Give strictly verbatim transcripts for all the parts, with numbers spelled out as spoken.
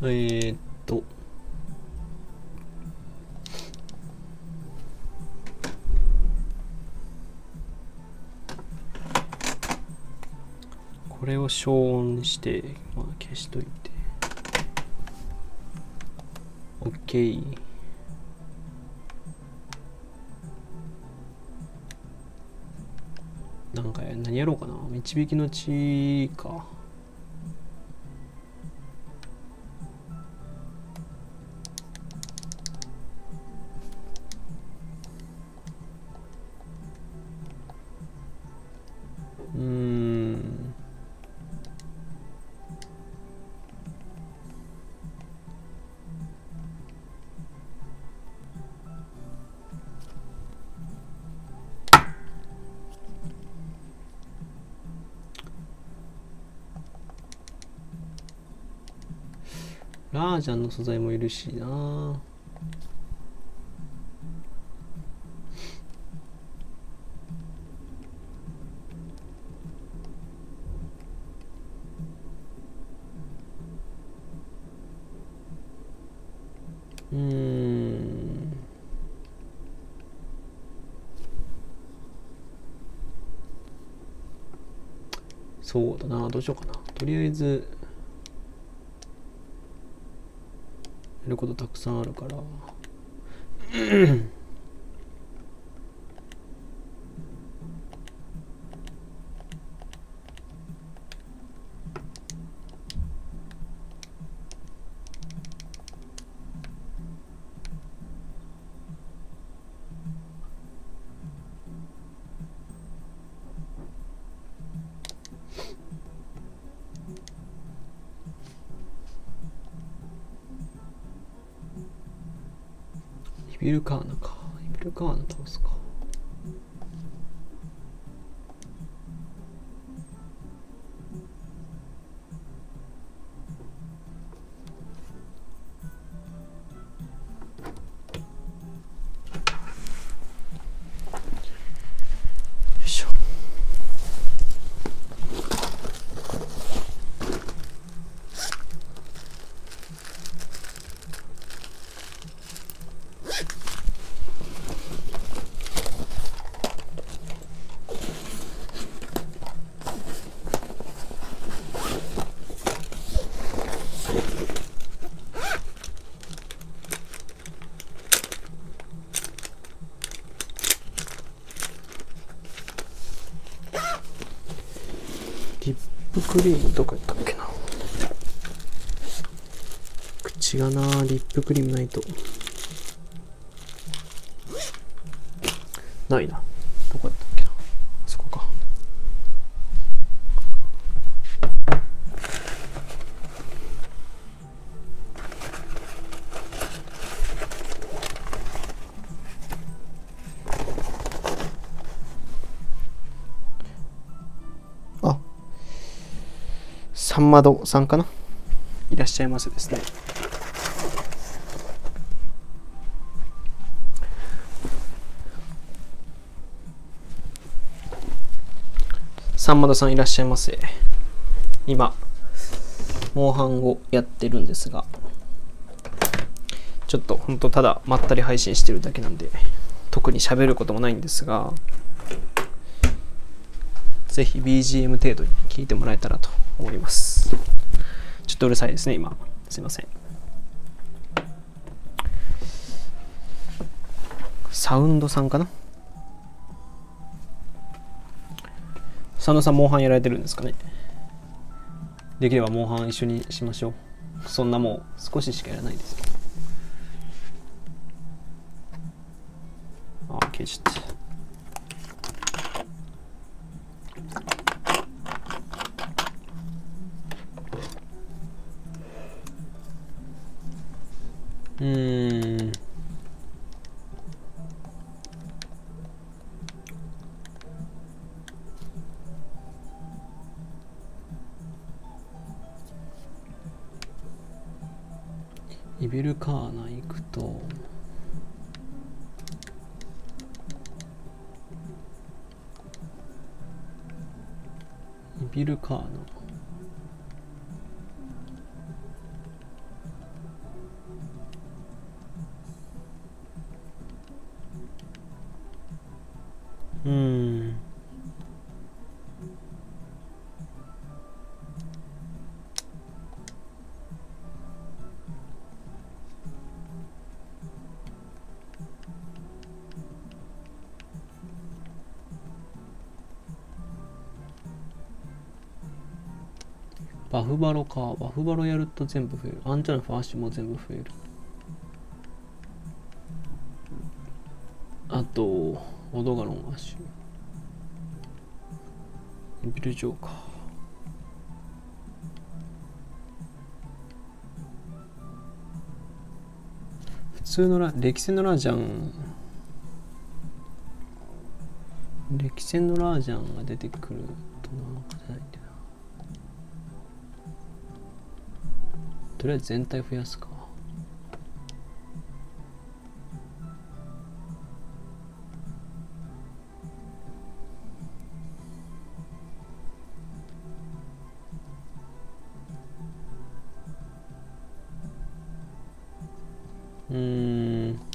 えー、っとこれを消音して、まあ、消しといて OK。 なんか何やろうかな。導きの地か。うーんラージャンの素材もいるしな。うーんそうだな。どうしようかな。とりあえずやることたくさんあるからイビルカーナか。イビルカーナ倒すか。よいしょ。リップクリームどこやったっけな。口がな、リップクリームないとないな。どこやったっけな。そこか。あ、さんまどさんかな。いらっしゃいませですね。さんまどさんいらっしゃいませ。今モンハンをやってるんですが、ちょっとほんとただまったり配信してるだけなんで特に喋ることもないんですが、ぜひ ビージーエム 程度に聞いてもらえたらと思います。ちょっとうるさいですね今。すいません。サウンドさんかな。サウンドさんモンハンやられてるんですかね。できればモンハン一緒にしましょう。そんなもう少ししかやらないですけど。あ、消して。うーんイベルカーナ行くとイビルカーナうーん。バフバロか。バフバロやると全部増える。アンチャのファッシュも全部増える。あと、オドガロンアッシュ。ビルジョーか。普通のラ、歴戦のラージャン。歴戦のラージャンが出てくるとな、勝てないんだよな。とりあえず全体増やすか。うーん。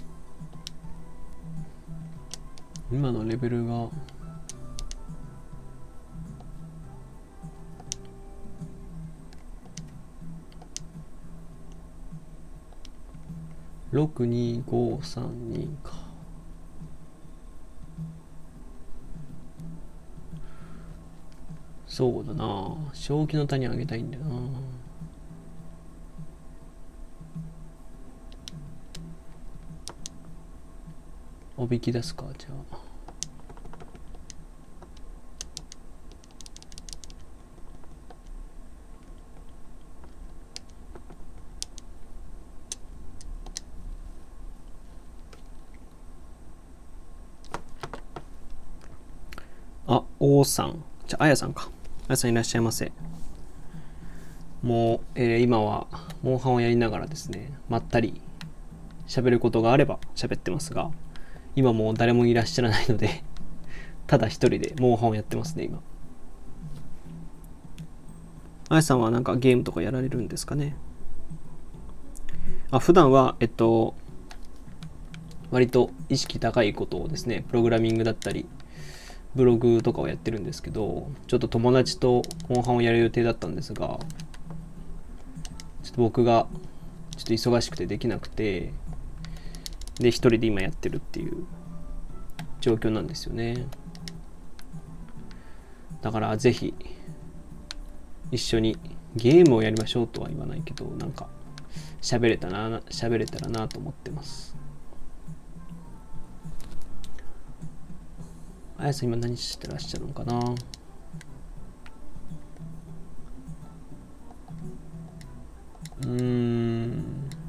今のレベルがろくにごさんにか。そうだな、正気の谷あげたいんだよな。おびき出すか、じゃあ。あ、王さん。じゃあ、あやさんか。あやさんいらっしゃいませ。もう、えー、今は、モンハンをやりながらですね、まったり喋ることがあれば喋ってますが、今もう誰もいらっしゃらないので、ただ一人でモンハンをやってますね、今。あやさんはなんかゲームとかやられるんですかね。あ、普段は、えっと、割と意識高いことをですね、プログラミングだったり、ブログとかをやってるんですけど、ちょっと友達とモンハンをやる予定だったんですが、ちょっと僕がちょっと忙しくてできなくて、で一人で今やってるっていう状況なんですよね。だからぜひ一緒にゲームをやりましょうとは言わないけど、なんか喋れたな喋れたらなと思ってます。あやさん今何してらっしゃるのかな。うーん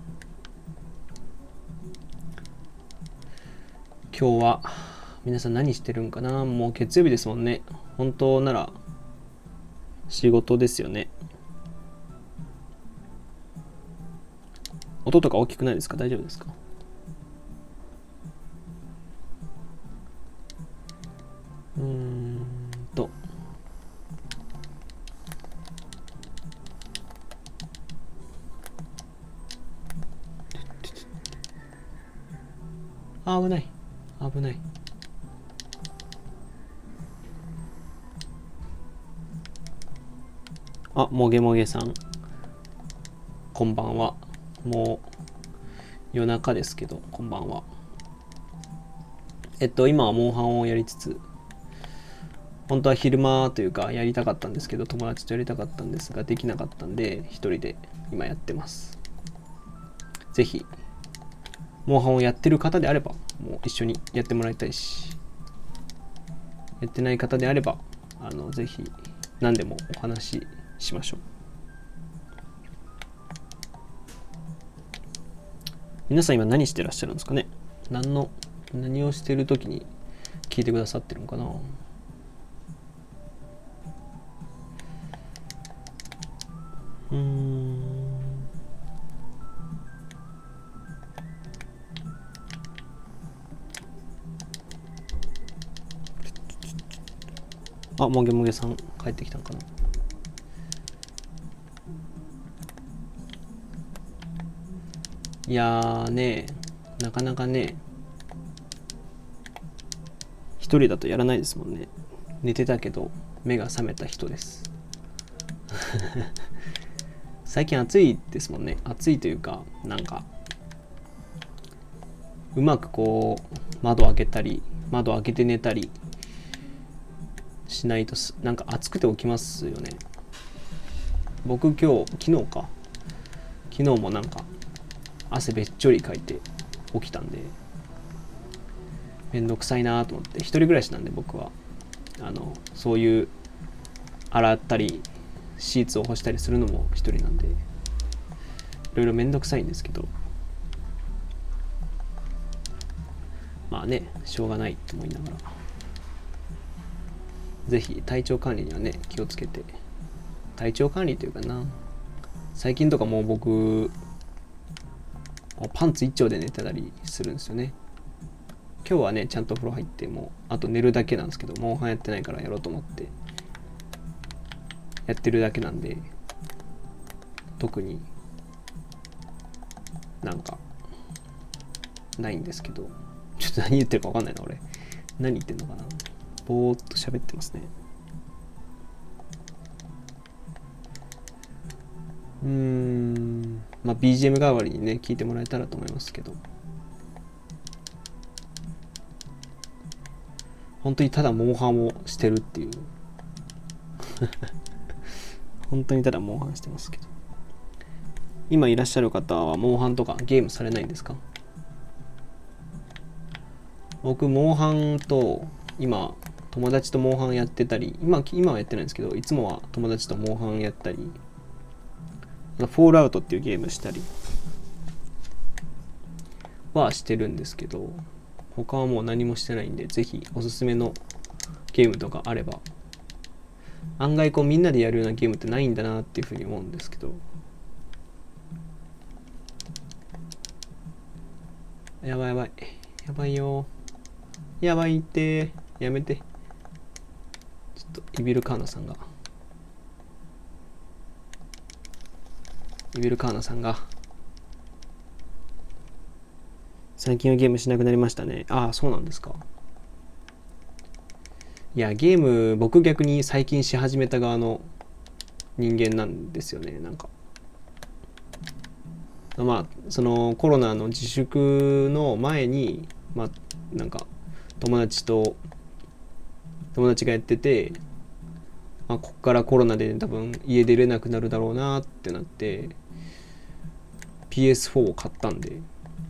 今日は皆さん何してるんかな。もう月曜日ですもんね。本当なら仕事ですよね。音とか大きくないですか？大丈夫ですか？うーんとあ、危ない危ない。あ、もげもげさんこんばんは。もう夜中ですけど、こんばんは。えっと今はモンハンをやりつつ、本当は昼間というかやりたかったんですけど、友達とやりたかったんですができなかったんで一人で今やってます。ぜひモンハンをやってる方であればもう一緒にやってもらいたいし、やってない方であればあのぜひ何でもお話ししましょう。皆さん今何してらっしゃるんですかね。何の何をしてる時に聞いてくださってるのかな。うーんあ、もげもげさん帰ってきたのかな。いやーね、なかなかね、一一人だとやらないですもんね。寝てたけど目が覚めた人です最近暑いですもんね。暑いというか、なんかうまくこう窓開けたり窓開けて寝たりしないとなんか暑くて起きますよね。僕今日昨日か昨日もなんか汗べっちょりかいて起きたんで、めんどくさいなと思って。一人暮らしなんで僕はあのそういう洗ったりシーツを干したりするのも一人なんで、いろいろめんどくさいんですけど、まあね、しょうがないと思いながら、ぜひ体調管理にはね気をつけて。体調管理というかな、最近とかもう僕パンツ一丁で寝てたりするんですよね。今日はねちゃんとお風呂入ってもうあと寝るだけなんですけど、モンハンやってないからやろうと思ってやってるだけなんで、特になんかないんですけど、ちょっと何言ってるか分かんないな俺。何言ってんのかな。ぼーっと喋ってますね。うーんまあ ビージーエム 代わりにね聞いてもらえたらと思いますけど、本当にただモンハンをしてるっていう本当にただモンハンしてますけど。今いらっしゃる方はモンハンとかゲームされないんですか？僕モンハンと今友達とモンハンやってたり、今今はやってないんですけど、いつもは友達とモンハンやったり、フォールアウトっていうゲームしたりはしてるんですけど、他はもう何もしてないんで、ぜひおすすめのゲームとかあれば。案外こうみんなでやるようなゲームってないんだなっていうふうに思うんですけど。やばいやばいやばいよ、やばいって、やめて。ちょっとイビルカーナさんがイビルカーナさんが最近はゲームしなくなりましたね。ああ、そうなんですか。いやゲーム僕逆に最近し始めた側の人間なんですよね。なんかまあそのコロナの自粛の前に、まあなんか友達と友達がやってて、まあ、こっからコロナで多分家出れなくなるだろうなってなって ピーエスフォー を買ったんで、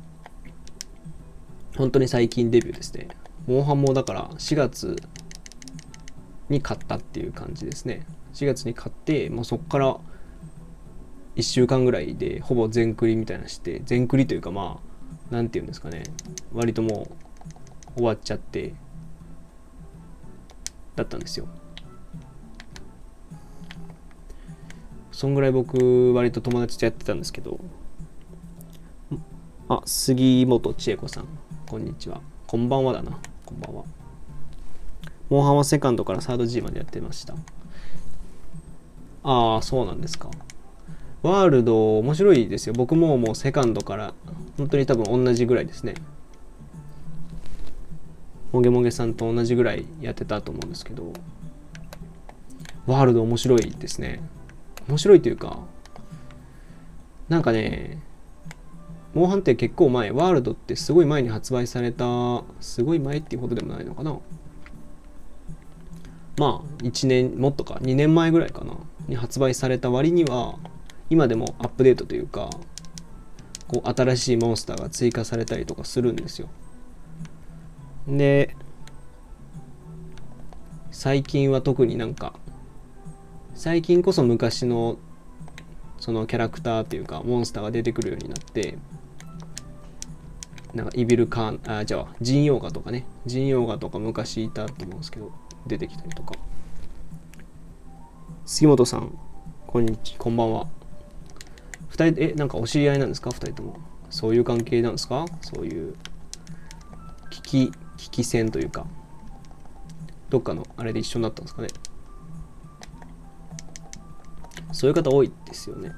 本当に最近デビューですね。モンハンもだからしがつに買ったっていう感じですね。しがつに買って、もうそっからいっしゅうかんぐらいでほぼ全クリみたいなして、全クリというかまあなんていうんですかね、割ともう終わっちゃってだったんですよ。そんぐらい僕割と友達とやってたんですけど。あ、杉本千恵子さん、こんにちは。こんばんはだな。こんばんは。モンハンはセカンドからサード G までやってました。ああ、そうなんですか。ワールド面白いですよ。僕ももうセカンドから本当に多分同じぐらいですね。もげもげさんと同じぐらいやってたと思うんですけど、ワールド面白いですね。面白いというか、なんかね、モンハンって結構前、ワールドってすごい前に発売された、すごい前っていうほどでもないのかな。まあいちねんもっとかにねんまえぐらいかなに発売された割には、今でもアップデートというか、こう新しいモンスターが追加されたりとかするんですよ。で、最近は特になんか最近こそ昔のそのキャラクターっていうかモンスターが出てくるようになって、なんかイビルカーン、あ、じゃあジンヨーガとかね、ジンヨーガとか昔いたと思うんですけど出てきたりとか。杉本さん、こんにちこんばんは。二人えなんかお知り合いなんですか？二人ともそういう関係なんですか？そういう危機危機戦というか、どっかのあれで一緒になったんですかね。そういう方多いですよね。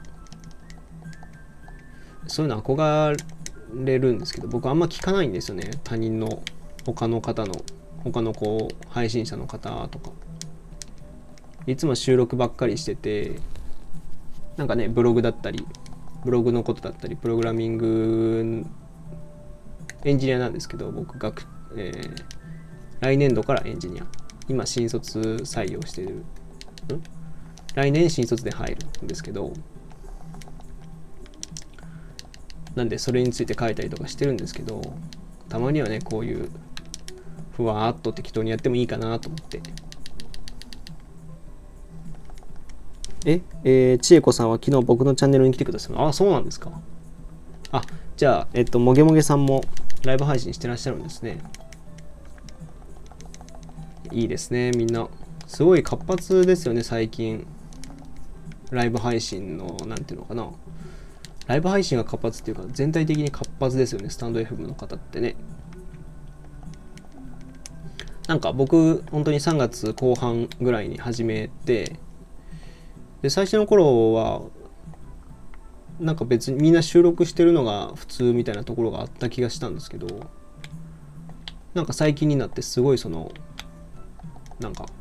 そういうの憧れるんですけど、僕あんま聞かないんですよね。他人の他の方の他のこう配信者の方とかいつも収録ばっかりしてて、なんかねブログだったりブログのことだったりプログラミングエンジニアなんですけど、僕が、えー、来年度からエンジニア、今新卒採用してる、ん来年新卒で入るんですけど、なんでそれについて書いたりとかしてるんですけど、たまにはねこういうふわーっと適当にやってもいいかなと思って。え、えー、千恵子さんは昨日僕のチャンネルに来てください。あ、そうなんですか。あ、じゃあ、えっと、もげもげさんもライブ配信してらっしゃるんですね。いいですね、みんな。すごい活発ですよね、最近。ライブ配信の、なんていうのかな。ライブ配信が活発っていうか、全体的に活発ですよね、スタンド エフエム の方ってね。なんか僕、本当にさんがつこう半ぐらいに始めて、で、最初の頃は、なんか別にみんな収録してるのが普通みたいなところがあった気がしたんですけど、なんか最近になってすごいそのなんか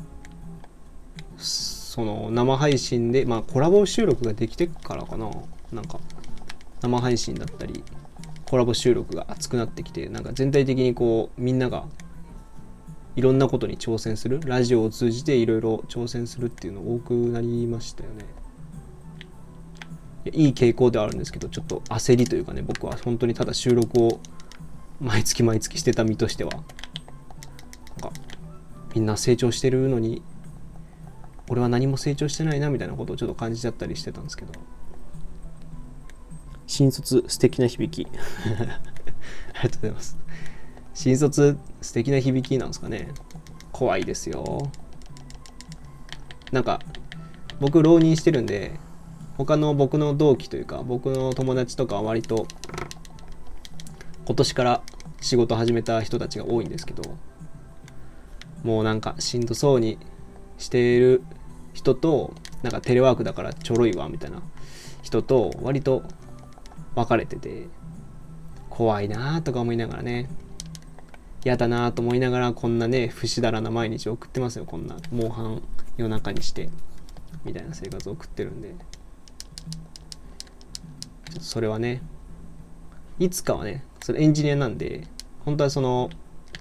その生配信で、まあコラボ収録ができてからかな、なんか生配信だったりコラボ収録が熱くなってきて、なんか全体的にこうみんながいろんなことに挑戦する、ラジオを通じていろいろ挑戦するっていうの多くなりましたよね。いい傾向ではあるんですけど、ちょっと焦りというかね、僕は本当にただ収録を毎月毎月してた身としては、なんかみんな成長してるのに俺は何も成長してないなみたいなことをちょっと感じちゃったりしてたんですけど。新卒素敵な響きありがとうございます。新卒素敵な響きなんですかね。怖いですよ。なんか僕浪人してるんで、他の僕の同期というか僕の友達とかは割と今年から仕事始めた人たちが多いんですけど、もうなんかしんどそうにしている人と、なんかテレワークだからちょろいわみたいな人と割と分かれてて、怖いなとか思いながらね、嫌だなと思いながら、こんなね不死だらな毎日を送ってますよ。こんなモンハン夜中にしてみたいな生活を送ってるんで、それはねいつかはね、それエンジニアなんで本当はその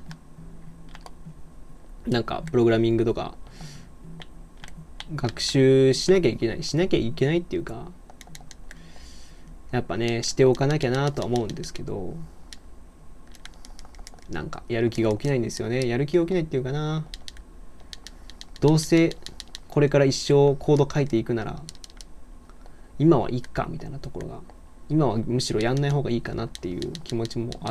なんかプログラミングとか学習しなきゃいけないしなきゃいけないっていうか、やっぱねしておかなきゃなとは思うんですけど、なんかやる気が起きないんですよね。やる気が起きないっていうかな、どうせこれから一生コード書いていくなら今はいっかみたいなところが、今はむしろやんない方がいいかなっていう気持ちもあって、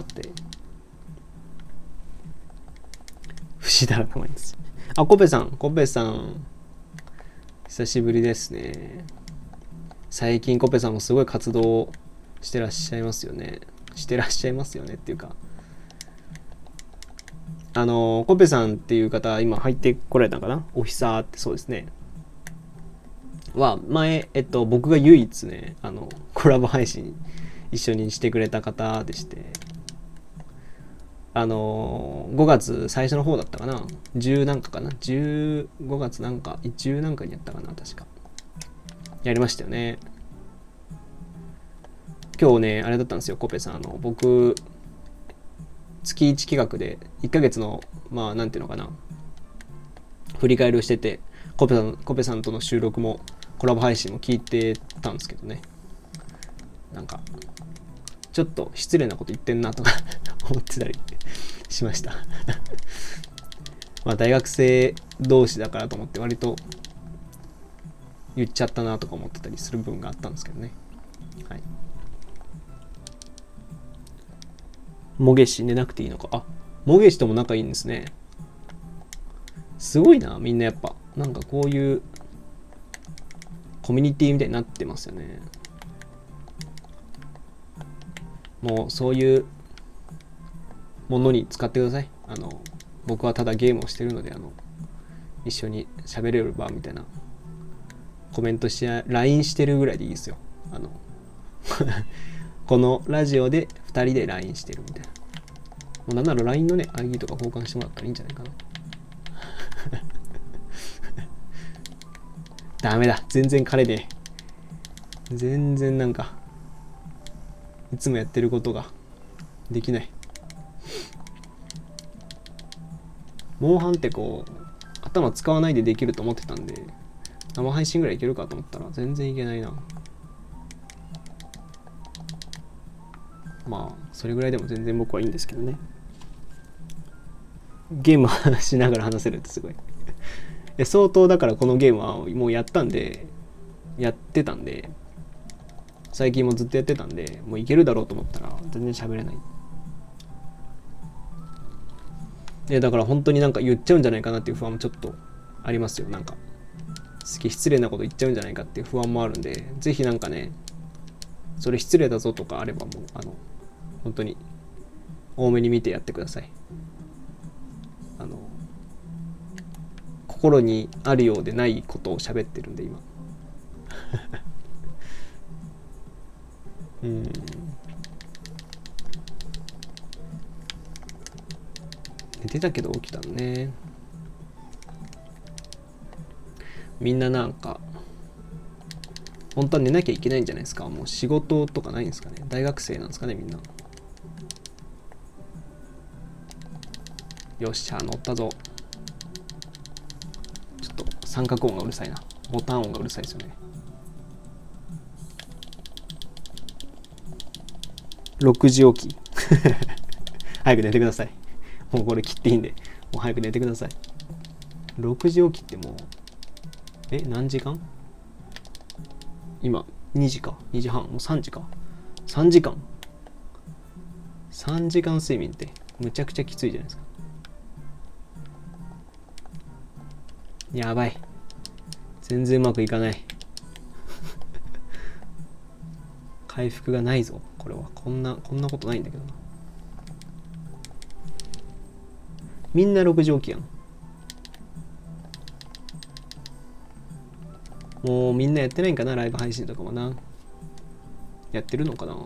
不死だらな毎日。あ、コペさんコペさん久しぶりですね。最近コペさんもすごい活動してらっしゃいますよね。してらっしゃいますよねっていうか、あのコペさんっていう方今入ってこられたのかな、オフィサーって、そうですねは前、えっと僕が唯一ねあのコラボ配信一緒にしてくれた方でして、あのごがつ最初の方だったかな、じゅうなんかかな、じゅうごがつなんかじゅうなんかにやったかな、確かやりましたよね。今日ねあれだったんですよ、コペさん、あの僕月いち企画でいっかげつのまあなんていうのかな振り返りをしてて、コペさんコペさんとの収録もコラボ配信も聞いてたんですけどね、なんかちょっと失礼なこと言ってんなとか思ってたりしましたまあ大学生同士だからと思って割と言っちゃったなとか思ってたりする部分があったんですけどね。はい。もげし寝なくていいのか。あ、もげしとも仲いいんですね。すごいな、みんなやっぱなんかこういうコミュニティみたいになってますよね。もうそういうものに使ってください。あの僕はただゲームをしてるので、あの一緒に喋れる場みたいな、コメントして ライン してるぐらいでいいですよ。あのこのラジオでふたりで ライン してるみたいな、 うなんなら ライン のね アイディー とか交換してもらったらいいんじゃないかなダメだ、全然彼ね全然なんかいつもやってることができない。モンハンってこう頭使わないでできると思ってたんで、生配信ぐらいいけるかと思ったら全然いけないな。まあそれぐらいでも全然僕はいいんですけどね。ゲーム話しながら話せるってすごい相当だからこのゲームはもうやったんでやってたんで最近もずっとやってたんで、もういけるだろうと思ったら全然喋れない。でだから本当になんか言っちゃうんじゃないかなっていう不安もちょっとありますよ。なんか好き失礼なこと言っちゃうんじゃないかっていう不安もあるんで、ぜひなんかね、それ失礼だぞとかあればもうあの本当に多めに見てやってください。あの心にあるようでないことを喋ってるんで今うん寝てたけど起きたのね。みんななんか本当は寝なきゃいけないんじゃないですか。もう仕事とかないんですかね。大学生なんですかねみんな。よっしゃ乗ったぞ。ちょっと三角音がうるさいな。ボタン音がうるさいですよね。ろくじ起き早く寝てください。もうこれ切っていいんでもう早く寝てください。ろくじ起きってもうえ何時間？今にじかにじはん、もうさんじかさんじかんさんじかん睡眠ってむちゃくちゃきついじゃないですか。やばい、全然うまくいかない回復がないぞこれは。こんなこんなことないんだけどな。みんなろくじ起きやん。もうみんなやってないんかな、ライブ配信とかもな。やってるのかな。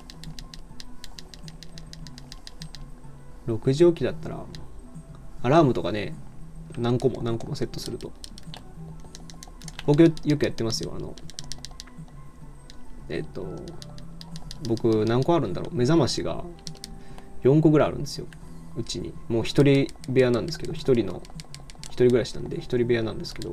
ろくじ起きだったらアラームとかね、何個も何個もセットすると。僕よくやってますよ。あのえっと僕何個あるんだろう。目覚ましがよんこぐらいあるんですよ、うちに。もう一人部屋なんですけど、一人の一人暮らしなんで一人部屋なんですけど、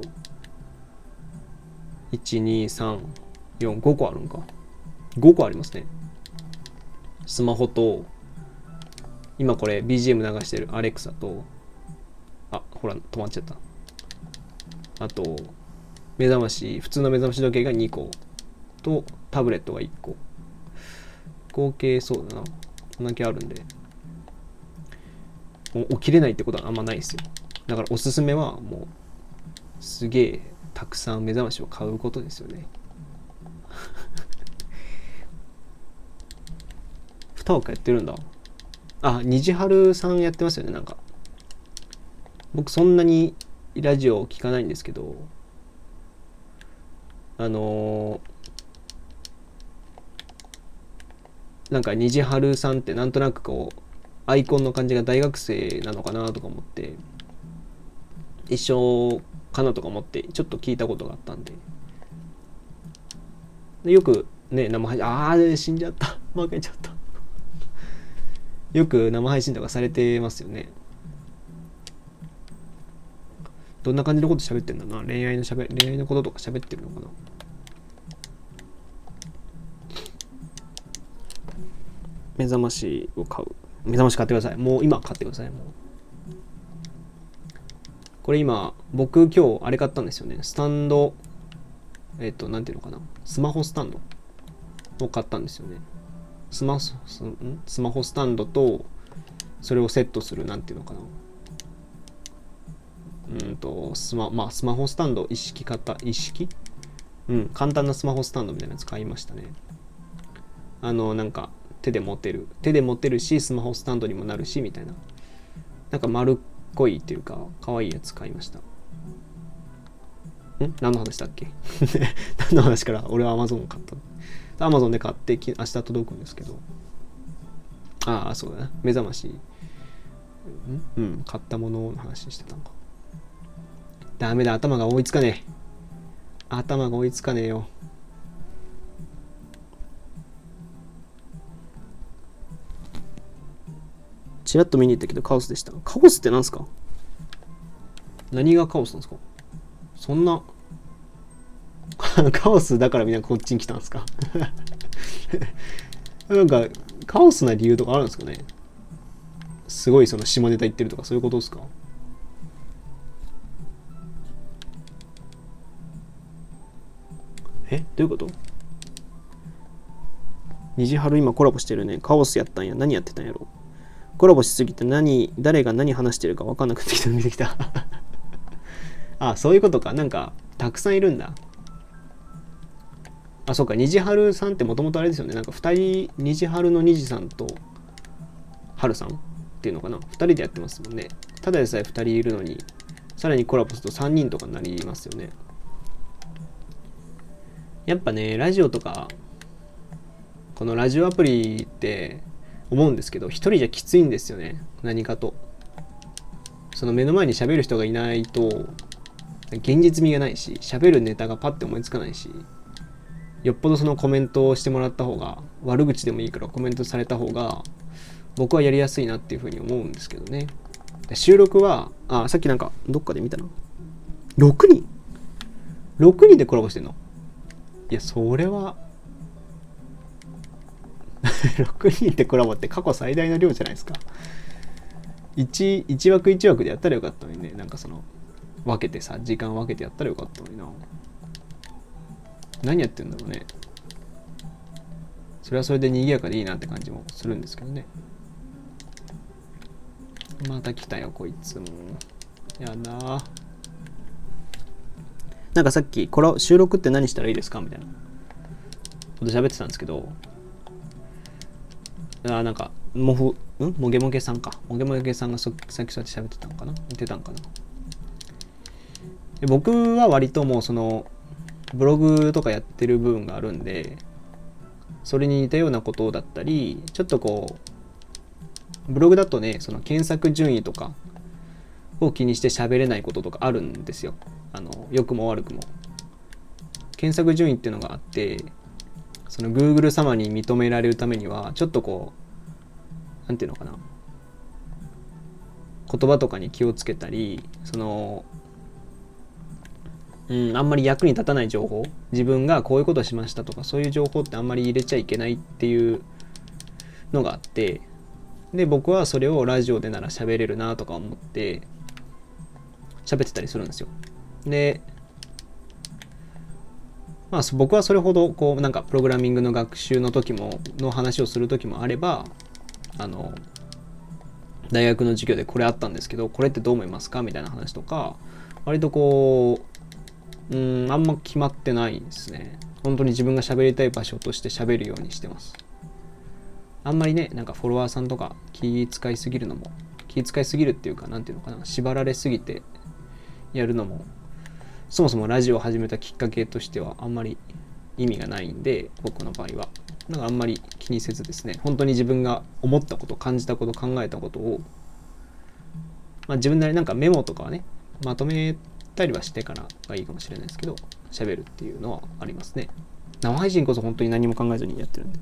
いちにさんよんごこあるんか。ごこありますね。スマホと今これ ビージーエム 流してるアレクサと、あほら止まっちゃった。あと目覚まし、普通の目覚まし時計がにことタブレットがいっこ、合計そうだな、こんだけあるんで、もう起きれないってことはあんまないですよ。だからおすすめはもうすげえたくさん目覚ましを買うことですよね二億やってるんだ。あ、虹春さんやってますよね。なんか僕そんなにラジオ聞かないんですけど、あのー、なんか虹春さんってなんとなくこうアイコンの感じが大学生なのかなとか思って、一緒かなとか思ってちょっと聞いたことがあったんで、でよくね生配信、ああ死んじゃった負けちゃったよく生配信とかされてますよね。どんな感じのこと喋ってんだな。恋愛のしゃべ恋愛のこととか喋ってるのかな。目覚ましを買う。目覚まし買ってください。もう今買ってください。もうこれ今僕今日あれ買ったんですよね。スタンド、えっとなんていうのかな、スマホスタンドを買ったんですよね。スマススマホスタンドとそれをセットするなんていうのかな、うんとスマまあスマホスタンド一式型一式うん簡単なスマホスタンドみたいなやつ買いましたね。あのなんか手で持てる手で持てるしスマホスタンドにもなるしみたいな、なんか丸っこいっていうか可愛いやつ買いました。ん何の話だっけ何の話から俺は Amazon 買った。Amazon で買って明日届くんですけど、ああそうだな、目覚ましうん、買ったものの話してたのか。ダメだ、頭が追いつかねえ。頭が追いつかねえよ。チラッと見に行ったけどカオスでした。カオスってなんすか？何がカオスなんですか？そんなカオスだからみんなこっちに来たんですか？なんかカオスな理由とかあるんですかね？すごいその下ネタ言ってるとかそういうことですか？え、どういうこと？虹春今コラボしてるね。カオスやったんや。何やってたんやろ。コラボしすぎて何誰が何話してるか分かんなくなってきた。見てきた。あ、そういうことか。なんかたくさんいるんだ。あ、そうか。虹春さんってもともとあれですよね。なんかふたり、虹春の虹さんと春さんっていうのかな。ふたりでやってますもんね。ただでさえふたりいるのに、さらにコラボするとさんにんとかになりますよね。やっぱね、ラジオとか、このラジオアプリって思うんですけど、一人じゃきついんですよね。何かと。その目の前に喋る人がいないと、現実味がないし、喋るネタがパッて思いつかないし、よっぽどそのコメントをしてもらった方が、悪口でもいいからコメントされた方が、僕はやりやすいなっていうふうに思うんですけどね。収録は、あ、さっきなんかどっかで見たな。ろくにん ?ろく 人でコラボしてんの？いや、それは、ろくにんってコラボって過去最大の量じゃないですか。1, 1枠いち枠でやったらよかったのにね。なんかその分けてさ、時間分けてやったらよかったのにな。何やってんだろうね。それはそれで賑やかでいいなって感じもするんですけどね。また来たよこいつも。やだ。なんかさっきこれ収録って何したらいいですかみたいなこと喋ってたんですけど、あ、なんかもふんもげもげさんかもげもげさんがさっきそうやって喋ってたのかな言ってたのかな。で僕は割ともうそのブログとかやってる部分があるんで、それに似たようなことだったり、ちょっとこうブログだとね、その検索順位とかを気にして喋れないこととかあるんですよ。あの良くも悪くも検索順位っていうのがあって、その Google 様に認められるためにはちょっとこうなんていうのかな、言葉とかに気をつけたり、そのうん、あんまり役に立たない情報、自分がこういうことしましたとかそういう情報ってあんまり入れちゃいけないっていうのがあって、で僕はそれをラジオでなら喋れるなとか思って喋ってたりするんですよ。でまあ僕はそれほどこうなんかプログラミングの学習の時もの話をする時もあれば、あの大学の授業でこれあったんですけどこれってどう思いますかみたいな話とか、割とこううーんあんま決まってないですね。本当に自分が喋りたい場所として喋るようにしてます。あんまりね、なんかフォロワーさんとか気使いすぎるのも、気使いすぎるっていうか、なんていうのかな、縛られすぎてやるのも、そもそもラジオを始めたきっかけとしてはあんまり意味がないんで、僕の場合は。だからあんまり気にせずですね、本当に自分が思ったこと、感じたこと、考えたことを、まあ自分なりなんかメモとかはね、まとめたりはしてからがいいかもしれないですけど、喋るっていうのはありますね。生配信こそ本当に何も考えずにやってるんで。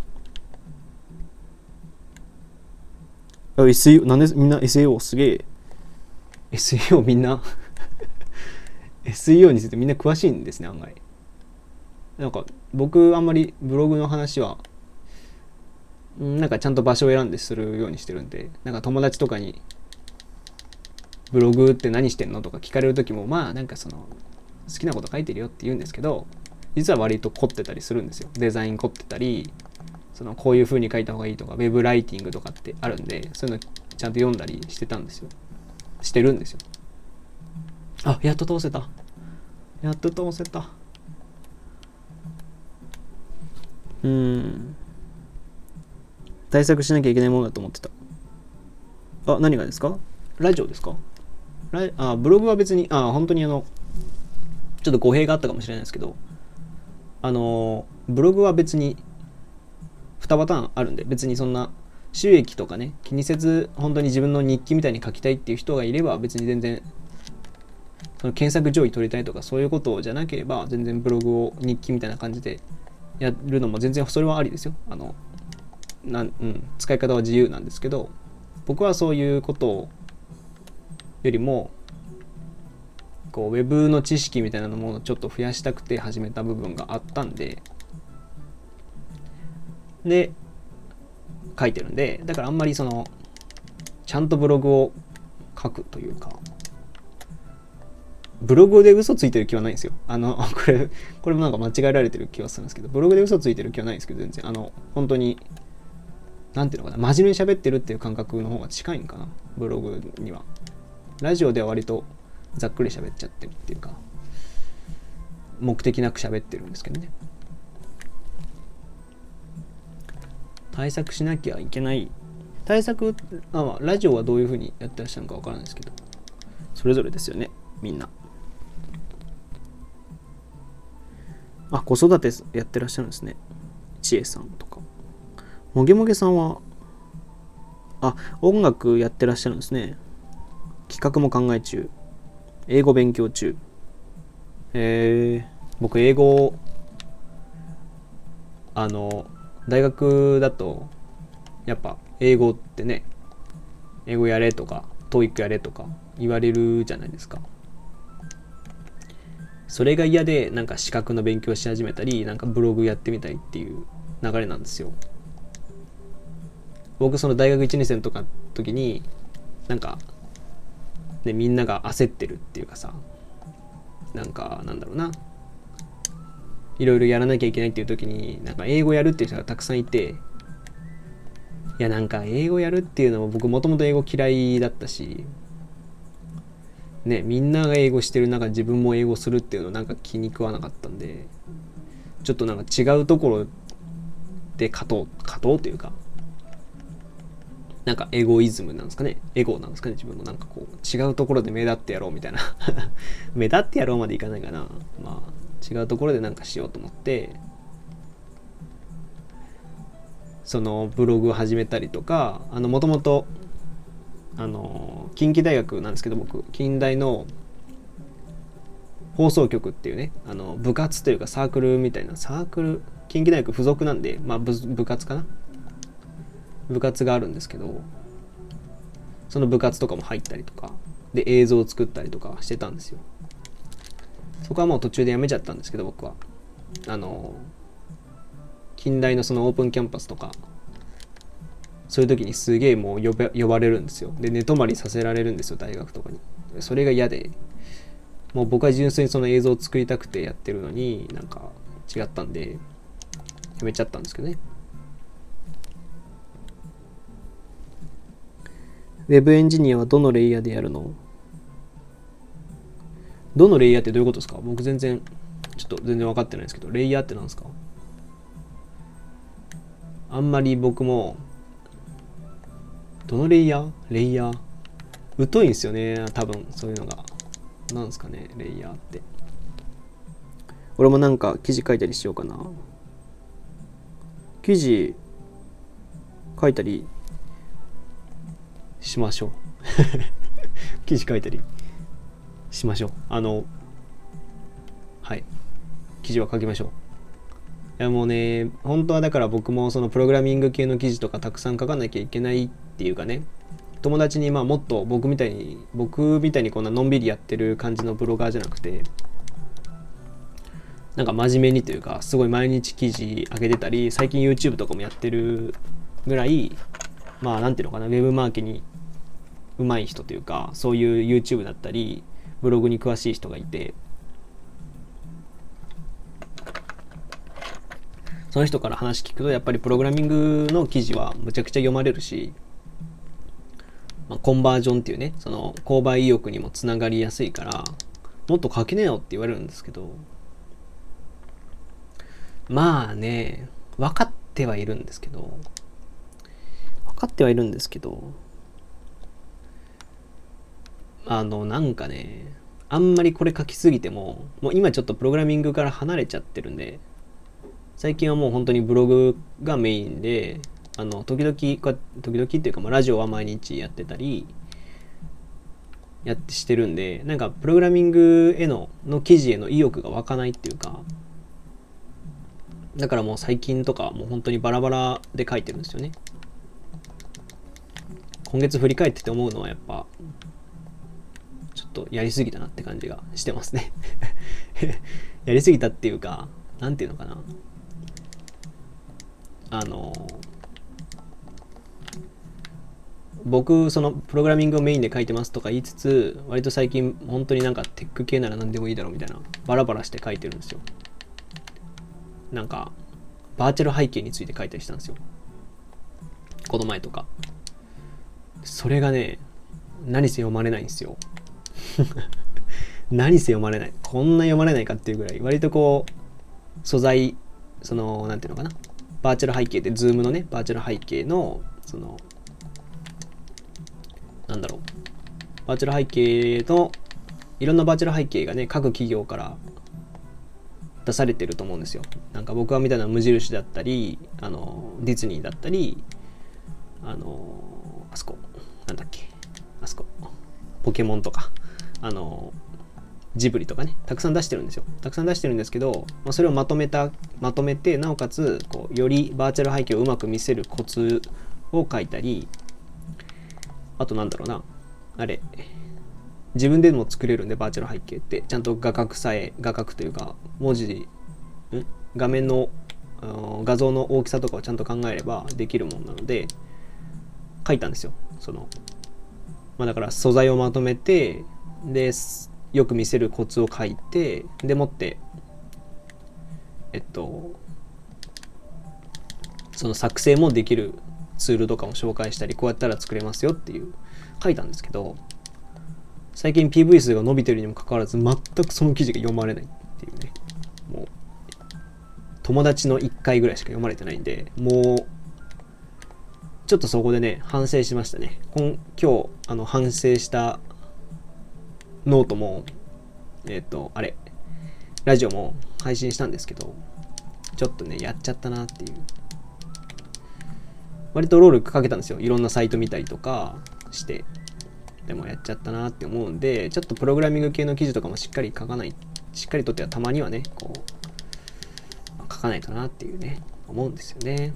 エスイーオー、なんでみんな エスイーオー すげえ エスイーオー みんなエスイーオー についてみんな詳しいんですね、案外。なんか僕あんまりブログの話はなんかちゃんと場所を選んでするようにしてるんで、なんか友達とかにブログって何してんのとか聞かれる時も、まあなんかその好きなこと書いてるよって言うんですけど、実は割と凝ってたりするんですよ。デザイン凝ってたり、そのこういう風に書いた方がいいとかウェブライティングとかってあるんで、そういうのちゃんと読んだりしてたんですよ。してるんですよ。あ、やっと通せた。やっと通せた。うーん。対策しなきゃいけないものだと思ってた。あ、何がですか？ラジオですか？ラあ、ブログは別に、あ、本当にあの、ちょっと語弊があったかもしれないですけど、あの、ブログは別ににパターンあるんで、別にそんな収益とかね気にせず本当に自分の日記みたいに書きたいっていう人がいれば、別に全然その検索上位取りたいとかそういうことじゃなければ、全然ブログを日記みたいな感じでやるのも全然それはありですよ。あのなん、うん、使い方は自由なんですけど、僕はそういうことよりもこうウェブの知識みたいなのもちょっと増やしたくて始めた部分があったんで、で書いてるんで、だからあんまりそのちゃんとブログを書くというか、ブログで嘘ついてる気はないんですよ。あのこれこれもなんか間違えられてる気はするんですけど、ブログで嘘ついてる気はないんですけど、全然あの本当になんていうのかな、真面目に喋ってるっていう感覚の方が近いんかな、ブログには。ラジオでは割とざっくり喋っちゃってるっていうか、目的なく喋ってるんですけどね。対策しなきゃいけない対策、あ、まあ、ラジオはどういう風にやってらっしゃるのかわからないですけど、それぞれですよね、みんな。あ、子育てやってらっしゃるんですね。ちえさんとか。もげもげさんは、あ、音楽やってらっしゃるんですね。企画も考え中。英語勉強中。えー、僕英語、あの、大学だと、やっぱ英語ってね、英語やれとか、トーイックやれとか言われるじゃないですか。それが嫌で、なんか資格の勉強し始めたり、なんかブログやってみたいっていう流れなんですよ。僕その大学いちねん生のとか時になんか、ね、みんなが焦ってるっていうかさ、なんかなんだろうな、いろいろやらなきゃいけないっていう時に、なんか英語やるっていう人がたくさんいて、いやなんか英語やるっていうのも僕もともと英語嫌いだったし、ね、みんなが英語してる中自分も英語するっていうのなんか気に食わなかったんで、ちょっとなんか違うところで勝とう勝とうというか、なんかエゴイズムなんですかね、エゴなんですかね、自分のなんかこう違うところで目立ってやろうみたいな目立ってやろうまでいかないかな、まあ違うところでなんかしようと思って、そのブログを始めたりとか、あのもともとあの近畿大学なんですけど、僕近大の放送局っていうね、あの部活というかサークルみたいな、サークル、近畿大学附属なんで、まあ 部, 部活かな部活があるんですけど、その部活とかも入ったりとかで映像を作ったりとかしてたんですよ。そこはもう途中でやめちゃったんですけど、僕はあの近大のそのオープンキャンパスとかそういう時にすげえもう呼ば呼ばれるんですよ。で寝泊まりさせられるんですよ、大学とかに。それが嫌で、もう僕は純粋にその映像を作りたくてやってるのに、なんか違ったんでやめちゃったんですけどね。ウェブエンジニアはどのレイヤーでやるの？どのレイヤーってどういうことですか？僕全然ちょっと全然分かってないんですけど、レイヤーって何ですか？あんまり僕もどのレイヤーレイヤー疎いんですよね、多分そういうのが。なんですかね、レイヤーって。俺もなんか記事書いたりしようかな。記事書いたりしましょう記事書いたりしましょう。あのはい記事は書きましょう。いやもうね、本当はだから僕もそのプログラミング系の記事とかたくさん書かなきゃいけないっていうかね、友達にまあもっと僕みたいに僕みたいにこんなのんびりやってる感じのブロガーじゃなくて、なんか真面目にというか、すごい毎日記事上げてたり、最近 YouTube とかもやってるぐらい、まあなんていうのかな、ウェブマーケに上手い人というか、そういう YouTube だったりブログに詳しい人がいて、その人から話聞くと、やっぱりプログラミングの記事はむちゃくちゃ読まれるし、まあ、コンバージョンっていうね、その購買意欲にもつながりやすいから、もっと書けねえよって言われるんですけど、まあね、分かってはいるんですけど、分かってはいるんですけど、あの、なんかね、あんまりこれ書きすぎても、もう今ちょっとプログラミングから離れちゃってるんで、最近はもう本当にブログがメインで、 あの時々時々っていうか、まあ、ラジオは毎日やってたりやってしてるんで、なんかプログラミングへのの記事への意欲が湧かないっていうか、だからもう最近とかもう本当にバラバラで書いてるんですよね。今月振り返ってて思うのはやっぱちょっとやりすぎたなって感じがしてますねやりすぎたっていうか、なんていうのかな、あの僕そのプログラミングをメインで書いてますとか言いつつ、割と最近本当になんかテック系なら何でもいいだろうみたいなバラバラして書いてるんですよ。なんかバーチャル背景について書いたりしたんですよ、この前とか。それがね、何せ読まれないんですよ何せ読まれない、こんな読まれないかっていうぐらい、割とこう素材、そのなんていうのかな、バーチャル背景ってズームのね、バーチャル背景のそのなんだろう、バーチャル背景のいろんなバーチャル背景がね、各企業から出されてると思うんですよ。なんか僕はみたいな無印だったり、あのディズニーだったり、あのあそこなんだっけ、あそこポケモンとか、あのジブリとかね、たくさん出してるんですよ。たくさん出してるんですけど、まあ、それをまとめたまとめて、なおかつこうよりバーチャル背景をうまく見せるコツを書いたり、あとなんだろうな、あれ自分でも作れるんで、バーチャル背景ってちゃんと画角さえ画角というか文字ん画面の画像の大きさとかをちゃんと考えればできるものなので書いたんですよ。そのまあだから素材をまとめて、でよく見せるコツを書いて、でもってえっとその作成もできるツールとかも紹介したり、こうやったら作れますよっていう書いたんですけど、最近 ピーブイ 数が伸びてるにもかかわらず全くその記事が読まれないっていうね。もう友達のいっかいぐらいしか読まれてないんで、もうちょっとそこでね反省しましたね。今今日あの反省したノートもえっ、ー、とあれラジオも配信したんですけど、ちょっとねやっちゃったなっていう。割と労力かけたんですよ、いろんなサイト見たりとかして。でもやっちゃったなって思うんで、ちょっとプログラミング系の記事とかもしっかり書かない、しっかりとってはたまにはねこう書かないとなっていうね思うんですよね。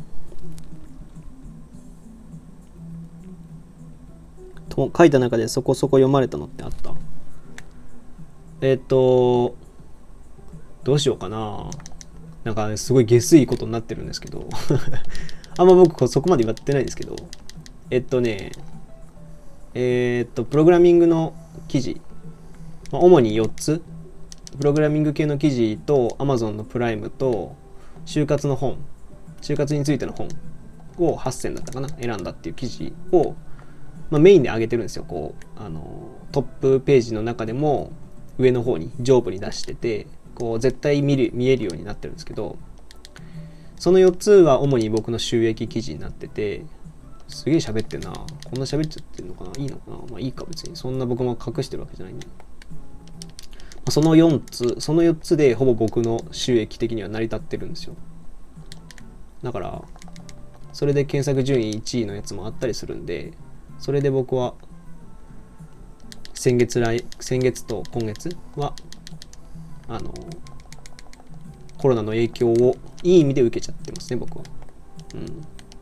と書いた中でそこそこ読まれたのってあった？えっとどうしようかな。なんかすごい下水いことになってるんですけどあんま僕そこまで言ってないですけど、えっとねえー、っとプログラミングの記事、まあ、主によっつ、プログラミング系の記事と Amazon のプライムと就活の本、就活についての本をはっせんだったかな選んだっていう記事を、まあ、メインで上げてるんですよ。こうあのトップページの中でも上の方に上部に出してて、こう絶対見る見えるようになってるんですけど、そのよっつは主に僕の収益記事になってて、すげえ喋ってんな、こんな喋っちゃってるのかな、いいのかな、まあいいか別に、そんな僕も隠してるわけじゃないんで、まあ、そのよっつそのよっつでほぼ僕の収益的には成り立ってるんですよ。だからそれで検索順位いちいのやつもあったりするんで、それで僕は先月来先月と今月はあのコロナの影響をいい意味で受けちゃってますね、僕は。うん。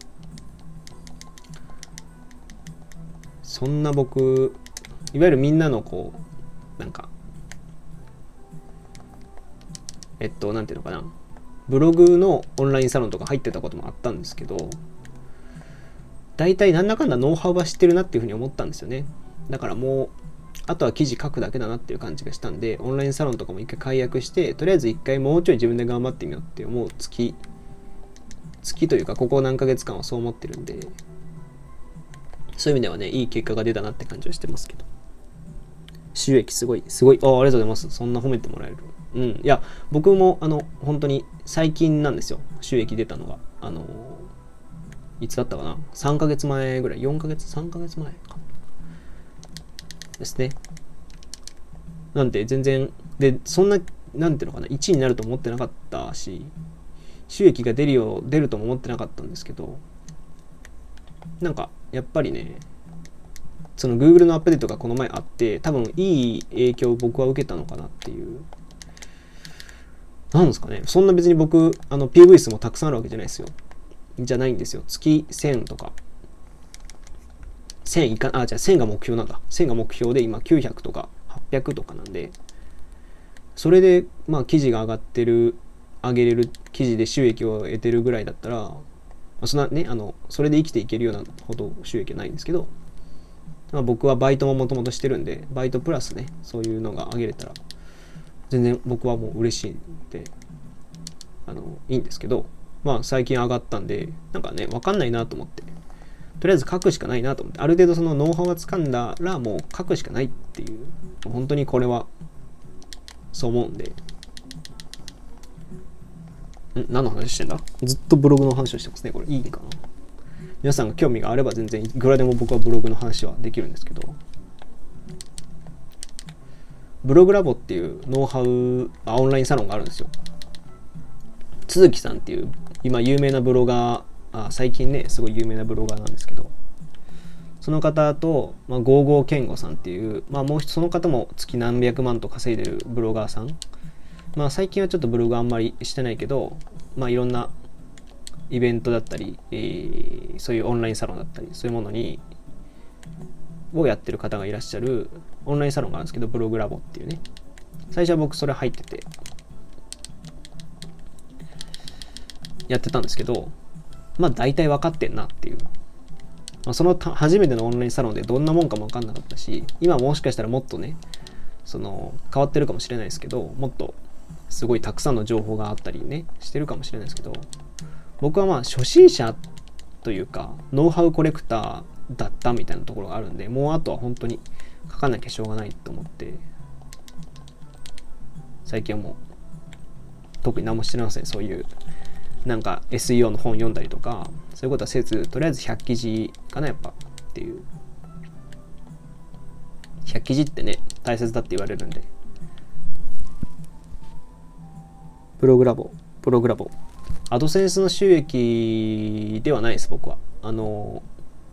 そんな僕、いわゆるみんなのこうなんかえっとなんていうのかな、ブログのオンラインサロンとか入ってたこともあったんですけど、大体なんだかんだノウハウは知ってるなっていうふうに思ったんですよね。だからもうあとは記事書くだけだなっていう感じがしたんで、オンラインサロンとかも一回解約して、とりあえず一回もうちょい自分で頑張ってみようって思う月月というかここ何ヶ月間はそう思ってるんで、そういう意味ではねいい結果が出たなって感じはしてますけど、収益すごいすごい、ああ、ありがとうございます。そんな褒めてもらえる。うん、いや僕もあの本当に最近なんですよ、収益出たのが。あのいつだったかな、さんかげつまえぐらい、よんかげつさんかげつまえかですね。なんで全然で、そんななんていうのかな、いちいになると思ってなかったし、収益が出るよ出るとも思ってなかったんですけど、 なんかやっぱりね、その Google のアップデートがこの前あって、多分いい影響を僕は受けたのかなっていう。なんですかね、そんな別に僕あの ピーブイ 数もたくさんあるわけじゃないですよ。じゃないんですよ。月せんとかせんいかあじゃあせんが目標なんだ。せんが目標で今きゅうひゃくとかはっぴゃくとかなんで、それでまあ記事が上がってる、上げれる記事で収益を得てるぐらいだったら、まあ、そんなね、あのそれで生きていけるようなほど収益はないんですけど、まあ、僕はバイトももともとしてるんで、バイトプラスね、そういうのが上げれたら全然僕はもう嬉しいんで、あのいいんですけど、まあ最近上がったんで、なんかね、分かんないなと思って、とりあえず書くしかないなと思って、ある程度そのノウハウがつかんだらもう書くしかないっていう、本当にこれはそう思うんで。ん何の話してんだ？ずっとブログの話をしてますね。これいいかな？皆さんが興味があれば全然いくらでも僕はブログの話はできるんですけど、ブログラボっていうノウハウあオンラインサロンがあるんですよ。都築さんっていう今有名なブロガー、あ最近ねすごい有名なブロガーなんですけど、その方と、まあ、ゴーゴー健吾さんっていう、まあ、もう一つその方も月何百万と稼いでるブロガーさん、まあ最近はちょっとブログあんまりしてないけど、まあいろんなイベントだったり、えー、そういうオンラインサロンだったりそういうものにをやってる方がいらっしゃるオンラインサロンがあるんですけど、ブログラボっていうね、最初は僕それ入っててやってたんですけど、まあ大体分かってんなっていう、まあ、その初めてのオンラインサロンでどんなもんかも分かんなかったし、今もしかしたらもっとねその変わってるかもしれないですけど、もっとすごいたくさんの情報があったりねしてるかもしれないですけど、僕はまあ初心者というかノウハウコレクターだったみたいなところがあるんで、もうあとは本当に書かなきゃしょうがないと思って、最近はもう特に何もしてません。そういうなんか エスイーオー の本読んだりとかそういうことはせず、とりあえずひゃく記事かなやっぱっていう、ひゃく記事ってね大切だって言われるんで。プログラボプログラボアドセンスの収益ではないです。僕はあの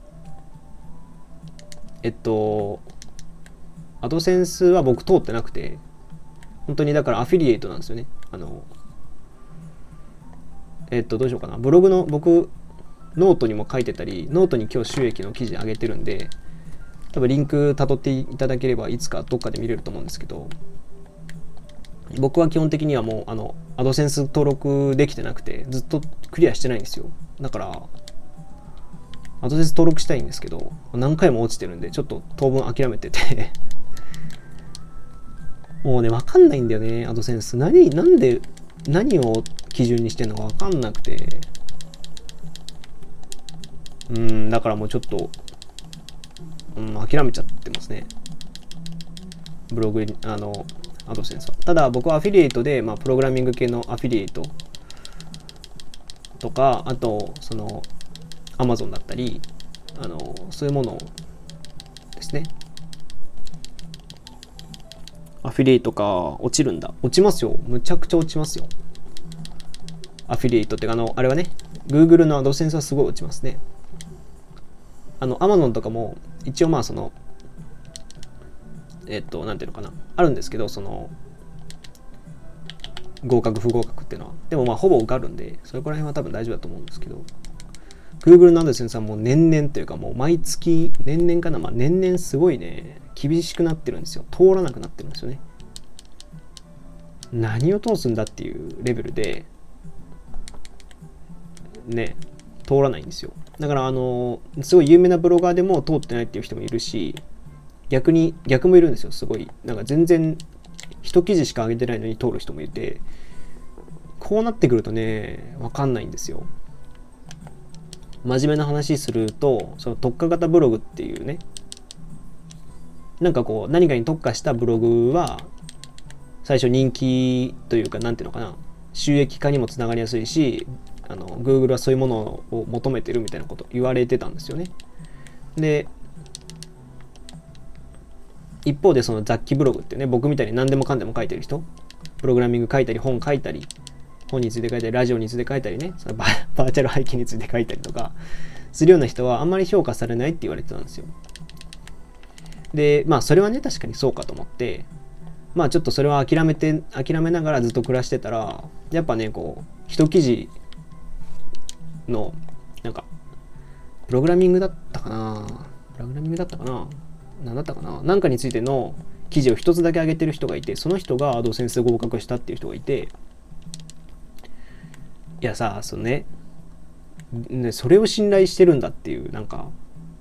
えっとアドセンスは僕通ってなくて、本当にだからアフィリエイトなんですよね。あのえっとどうしようかな、ブログの僕ノートにも書いてたり、ノートに今日収益の記事上げてるんで、多分リンク辿っていただければいつかどっかで見れると思うんですけど、僕は基本的にはもうあのアドセンス登録できてなくてずっとクリアしてないんですよ。だからアドセンス登録したいんですけど何回も落ちてるんで、ちょっと当分諦めててもうね分かんないんだよね。アドセンス何なんで何を基準にしてるのか分かんなくて、うんだからもうちょっと、うん、諦めちゃってますね、ブログあのアドセンスは。ただ僕はアフィリエイトで、まあ、プログラミング系のアフィリエイトとか、あとその Amazon だったり、あのそういうものですね。アフィリエイトか落ちるんだ。落ちますよ。むちゃくちゃ落ちますよ。アフィリエイトってかあのあれはね、Google のアドセンスはすごい落ちますね。あの Amazon とかも一応まあそのえっとなんていうのかな、あるんですけど、その合格不合格っていうのはでもまあほぼ受かるんで、それくらいは多分大丈夫だと思うんですけど、 Google のアドセンスはもう年々というかもう毎月年々かな、まあ年々すごいね厳しくなってるんですよ。通らなくなってるんですよね。何を通すんだっていうレベルでね通らないんですよ。だからあのすごい有名なブロガーでも通ってないっていう人もいるし、逆に逆もいるんですよ。すごいなんか全然一記事しか上げてないのに通る人もいて、こうなってくるとね分かんないんですよ。真面目な話すると、その特化型ブログっていうね、なんかこう何かに特化したブログは最初人気というか、なんていうのかな、収益化にもつながりやすいし、あの Google はそういうものを求めてるみたいなこと言われてたんですよね。で一方でその雑記ブログってね、僕みたいに何でもかんでも書いてる人、プログラミング書いたり本書いたり本について書いたりラジオについて書いたりね、そのバーチャル背景について書いたりとかするような人はあんまり評価されないって言われてたんですよ。で、まあそれはね、確かにそうかと思って、まあちょっとそれは諦めて、諦めながらずっと暮らしてたら、やっぱね、こう、一記事の、なんか、プログラミングだったかなプログラミングだったかな何だったかななんかについての記事を一つだけ上げてる人がいて、その人がアドセンス合格したっていう人がいて、いやさ、そのね、ね、それを信頼してるんだっていう、なんか、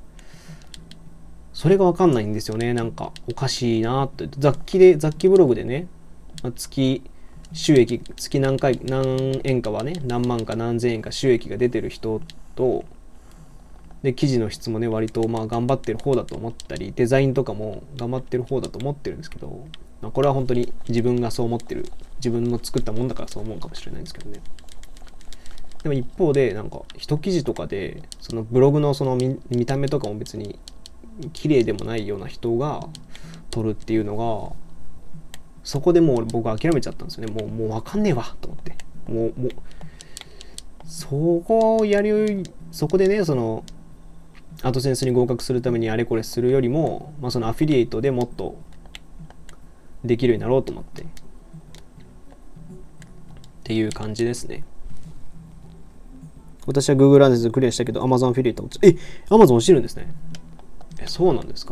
それがわかんないんですよね。なんか、おかしいなって。雑記で、雑記ブログでね、月、収益、月何回、何円かはね、何万か何千円か収益が出てる人と、で、記事の質もね、割とまあ頑張ってる方だと思ったり、デザインとかも頑張ってる方だと思ってるんですけど、まあ、これは本当に自分がそう思ってる、自分の作ったもんだからそう思うかもしれないんですけどね。でも一方で、なんか、一記事とかで、そのブログのその 見, 見た目とかも別に綺麗でもないような人が撮るっていうのが、そこでもう僕は諦めちゃったんですよね。もう、もうわかんねえわと思って。もう、もう、そこをやる、そこでね、その、アドセンスに合格するためにあれこれするよりも、まあ、そのアフィリエイトでもっとできるようになろうと思って。っていう感じですね。私は Google アドセンスクリアしたけど Amazon アフィリエイト落ち、え、Amazon 落ちるんですね。え、そうなんですか。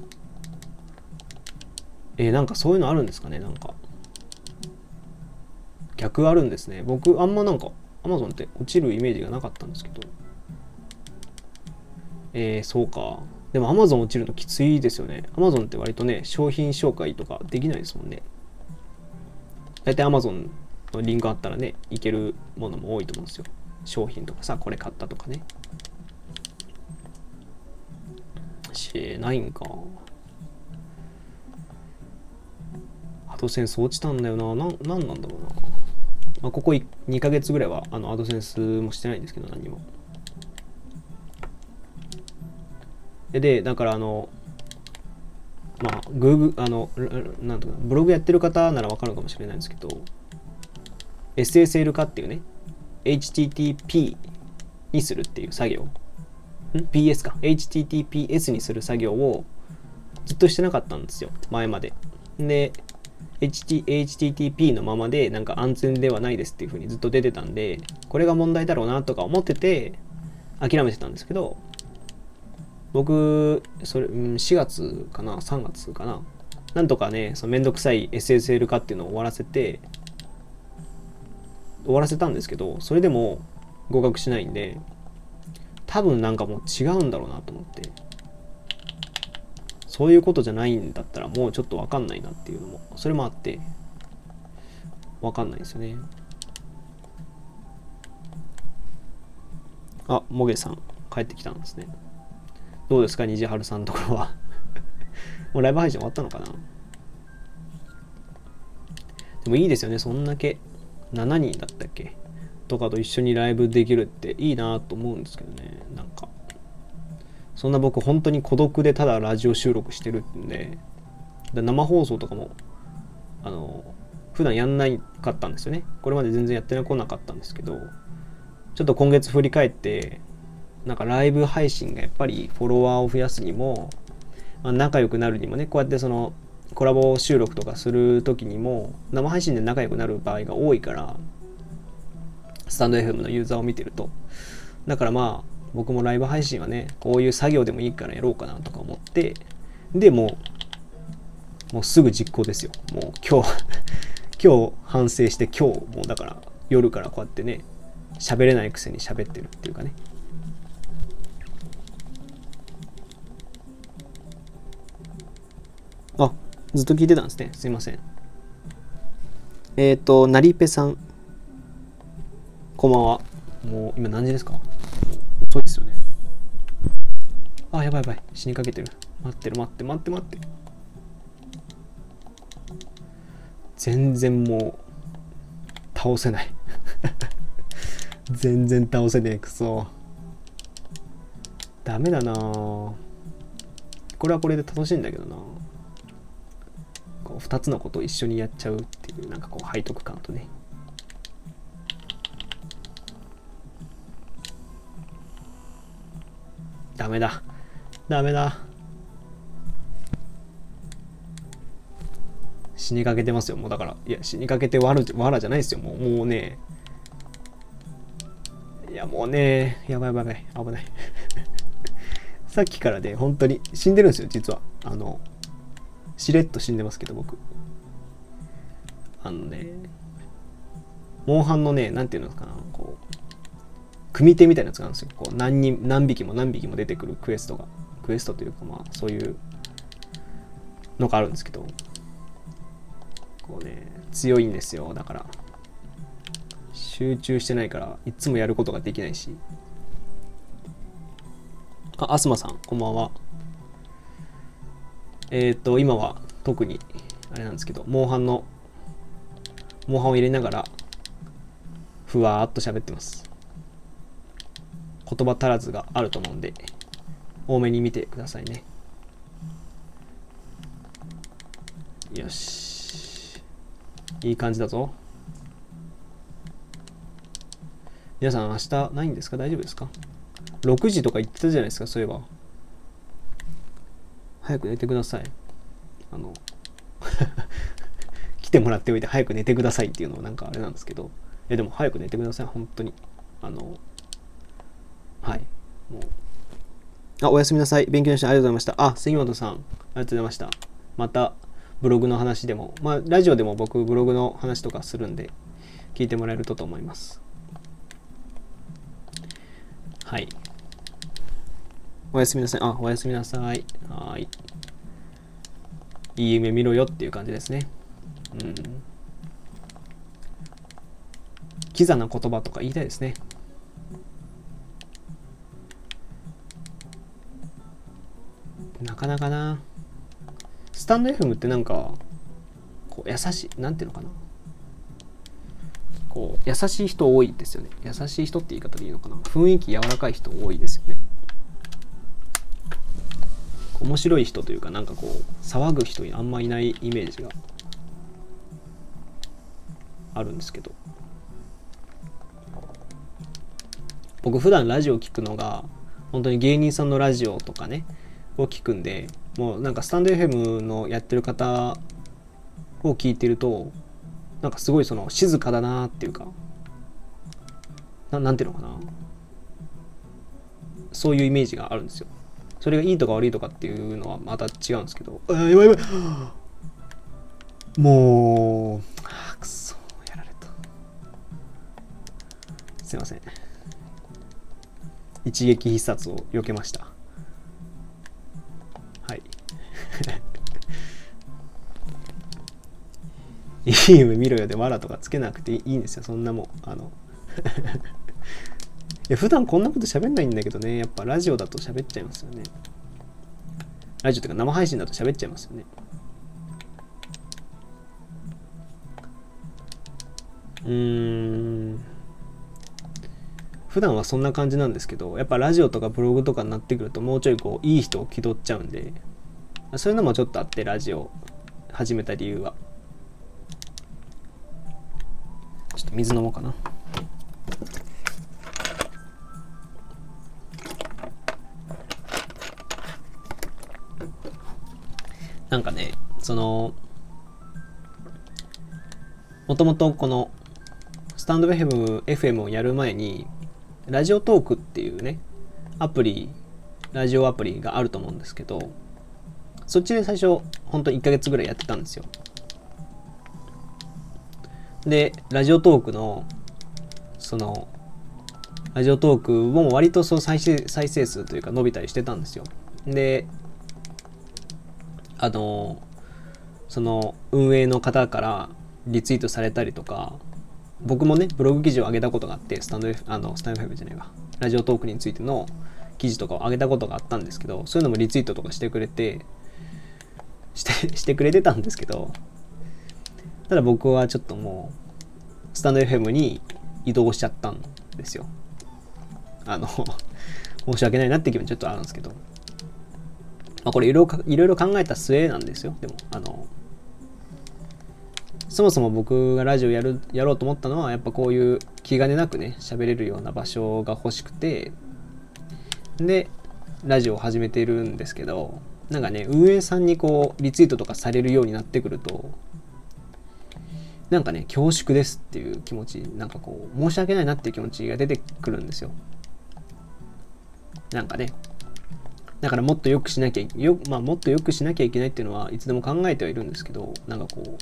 え、なんかそういうのあるんですかね。なんか逆あるんですね。僕あんまなんか Amazon って落ちるイメージがなかったんですけど。えー、そうか。でも Amazon 落ちるのきついですよね。Amazon って割とね、商品紹介とかできないですもんね。大体 Amazon のリンクあったらね、いけるものも多いと思うんですよ。商品とかさ、これ買ったとかね。しないんか。アドセンス落ちたんだよな。な、なんなんだろうな。まあ、ここにかげつぐらいはあのアドセンスもしてないんですけど、何も。で、だからあの、まあ、Google、あの、なんとか、ブログやってる方ならわかるかもしれないんですけど、エスエスエル 化っていうね、エイチティーティーピー にするっていう作業。ん ピーエス か。エイチティーティーピーエス にする作業をずっとしてなかったんですよ。前まで。で、エイチティーティーピー のままでなんか安全ではないですっていう風にずっと出てたんで、これが問題だろうなとか思ってて諦めてたんですけど、僕、それ、しがつかな ?さんがつかななんとかね、そのめんどくさい エスエスエル 化っていうのを終わらせて、終わらせたんですけど、それでも合格しないんで、多分なんかもう違うんだろうなと思って。そういうことじゃないんだったらもうちょっとわかんないなっていうのも、それもあって、わかんないですよね。あ、もげさん、帰ってきたんですね。どうですか、虹春さんのところは。もうライブ配信終わったのかな。でもいいですよね、そんだけ。しちにんだったっけとかと一緒にライブできるっていいなと思うんですけどね。なんか、そんな僕本当に孤独でただラジオ収録してるんで、生放送とかも、あの、普段やんないかったんですよね。これまで全然やってこなかったんですけど、ちょっと今月振り返って、なんかライブ配信がやっぱりフォロワーを増やすにも、まあ、仲良くなるにもね、こうやってそのコラボ収録とかする時にも生配信で仲良くなる場合が多いから、スタンド エフエム のユーザーを見てると、だからまあ僕もライブ配信はね、こういう作業でもいいからやろうかなとか思って、でもうもうすぐ実行ですよ。もう今日今日反省して、今日もうだから夜からこうやってね、喋れないくせに喋ってるっていうかね。あ、ずっと聞いてたんですね。すいません。えっ、ー、と、なりぺさん。こんばんは。もう今何時ですか？遅いですよね。あ、やばいやばい。死にかけてる。待ってる待って待って待って。全然もう、倒せない。全然倒せねえ、くそ。ダメだなぁ。これはこれで楽しいんだけどな。こうふたつのことを一緒にやっちゃうっていう、なんかこう背徳感とね。 ダメだ。ダメだ。死にかけてますよ。もうだから。いや、死にかけてわら、わらじゃないですよ。もう、もうね。いや、もうね。やばいやばいやばい。危ない。さっきからね、本当に死んでるんですよ、実は。あの、しれっと死んでますけど、僕。あのね、モンハンのね、なんていうのかな、こう、組手みたいなやつがあるんですよ。こう何人、何匹も何匹も出てくるクエストが。クエストというか、まあ、そういうのがあるんですけど、こうね、強いんですよ。だから、集中してないから、いつもやることができないし。あ、アスマさん、こんばんは。えっと、今は特に、あれなんですけど、モンハンの、モンハンを入れながら、ふわーっと喋ってます。言葉足らずがあると思うんで、多めに見てくださいね。よし。いい感じだぞ。皆さん明日ないんですか？大丈夫ですか？ろくじとか言ってたじゃないですか、そういえば。早く寝てください。あの、来てもらっておいて早く寝てくださいっていうのはなんかあれなんですけど、いやでも早く寝てください、本当に。あの、はい。もう。あ、おやすみなさい。勉強にしてありがとうございました。あ、杉本さん、ありがとうございました。また、ブログの話でも、まあ、ラジオでも僕、ブログの話とかするんで、聞いてもらえるとと思います。はい。おやすみなさい。あ、おやすみなさい。はい。いい夢見ろよっていう感じですね。うん。キザな言葉とか言いたいですね。なかなかな。スタンド エフエム ってなんか、こう優しい、なんていうのかな。こう、優しい人多いですよね。優しい人って言い方でいいのかな。雰囲気柔らかい人多いですよね。面白い人というか、なんかこう、騒ぐ人あんまいないイメージがあるんですけど。僕普段ラジオ聞くのが、本当に芸人さんのラジオとかね、を聞くんで、もうなんかスタンド エフエム のやってる方を聞いてると、なんかすごいその静かだなっていうか、な、なんていうのかな、そういうイメージがあるんですよ。それがいいとか悪いとかっていうのはまた違うんですけど、あ、やばいやばい、もう、あ、くそ、やられた。すいません。一撃必殺を避けました。はい。いい夢見ろよでわらとかつけなくていいんですよ、そんなもん。あのいや普段こんなこと喋んないんだけどね、やっぱラジオだと喋っちゃいますよね。ラジオというか生配信だと喋っちゃいますよね。うーん。普段はそんな感じなんですけど、やっぱラジオとかブログとかになってくるともうちょいこういい人を気取っちゃうんで、そういうのもちょっとあって、ラジオ始めた理由は。ちょっと水飲もうかな。なんかね、そのもともとこのスタンド エフエム, エフエムをやる前にラジオトークっていうねアプリ、ラジオアプリがあると思うんですけど、そっちで最初本当にいっかげつぐらいやってたんですよ。でラジオトークのそのラジオトークも割とそう再生再生数というか伸びたりしてたんですよ。であのその運営の方からリツイートされたりとか、僕もねブログ記事を上げたことがあって、スタンド F あのスタンド エフエム じゃないわ、ラジオトークについての記事とかを上げたことがあったんですけど、そういうのもリツイートとかしてくれてしてしてくれてたんですけど、ただ僕はちょっともうスタンド エフエム に移動しちゃったんですよ。あの申し訳ないなって気分ちょっとあるんですけど、まあ、これいろいろ考えた末なんですよ。でもあのそもそも僕がラジオやるやろうと思ったのは、やっぱこういう気兼ねなくね喋れるような場所が欲しくて、でラジオを始めているんですけど、なんかね運営さんにこうリツイートとかされるようになってくると、なんかね恐縮ですっていう気持ち、なんかこう申し訳ないなっていう気持ちが出てくるんですよ。なんかね、だからもっと良くしなきゃよ、まあ、もっと良くしなきゃいけないっていうのはいつでも考えてはいるんですけど、なんかこ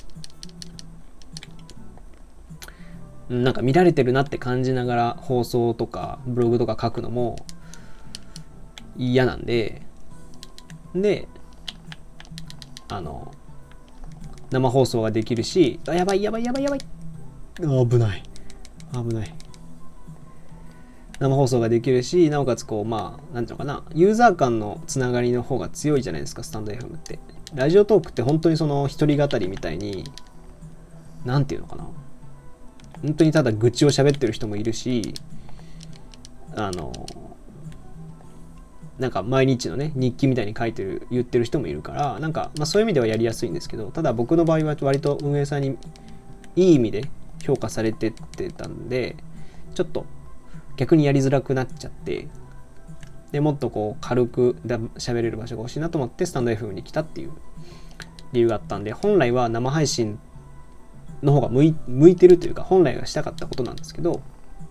うなんか見られてるなって感じながら放送とかブログとか書くのも嫌なんで、であの生放送ができるし、あやばいやばいやばいやばい危ない危ない生放送ができるし、なおかつこうまあなんていうのかな、ユーザー間のつながりの方が強いじゃないですか、スタンド エフエム って。ラジオトークって本当にその一人語りみたいに、なんていうのかな、本当にただ愚痴を喋ってる人もいるし、あのなんか毎日のね日記みたいに書いてる言ってる人もいるから、なんか、まあ、そういう意味ではやりやすいんですけど、ただ僕の場合は割と運営さんにいい意味で評価されてってたんで、ちょっと逆にやりづらくなっちゃって、でもっとこう軽く喋れる場所が欲しいなと思ってスタンド エフエム に来たっていう理由があったんで、本来は生配信の方が向い、向いてるというか本来はしたかったことなんですけど、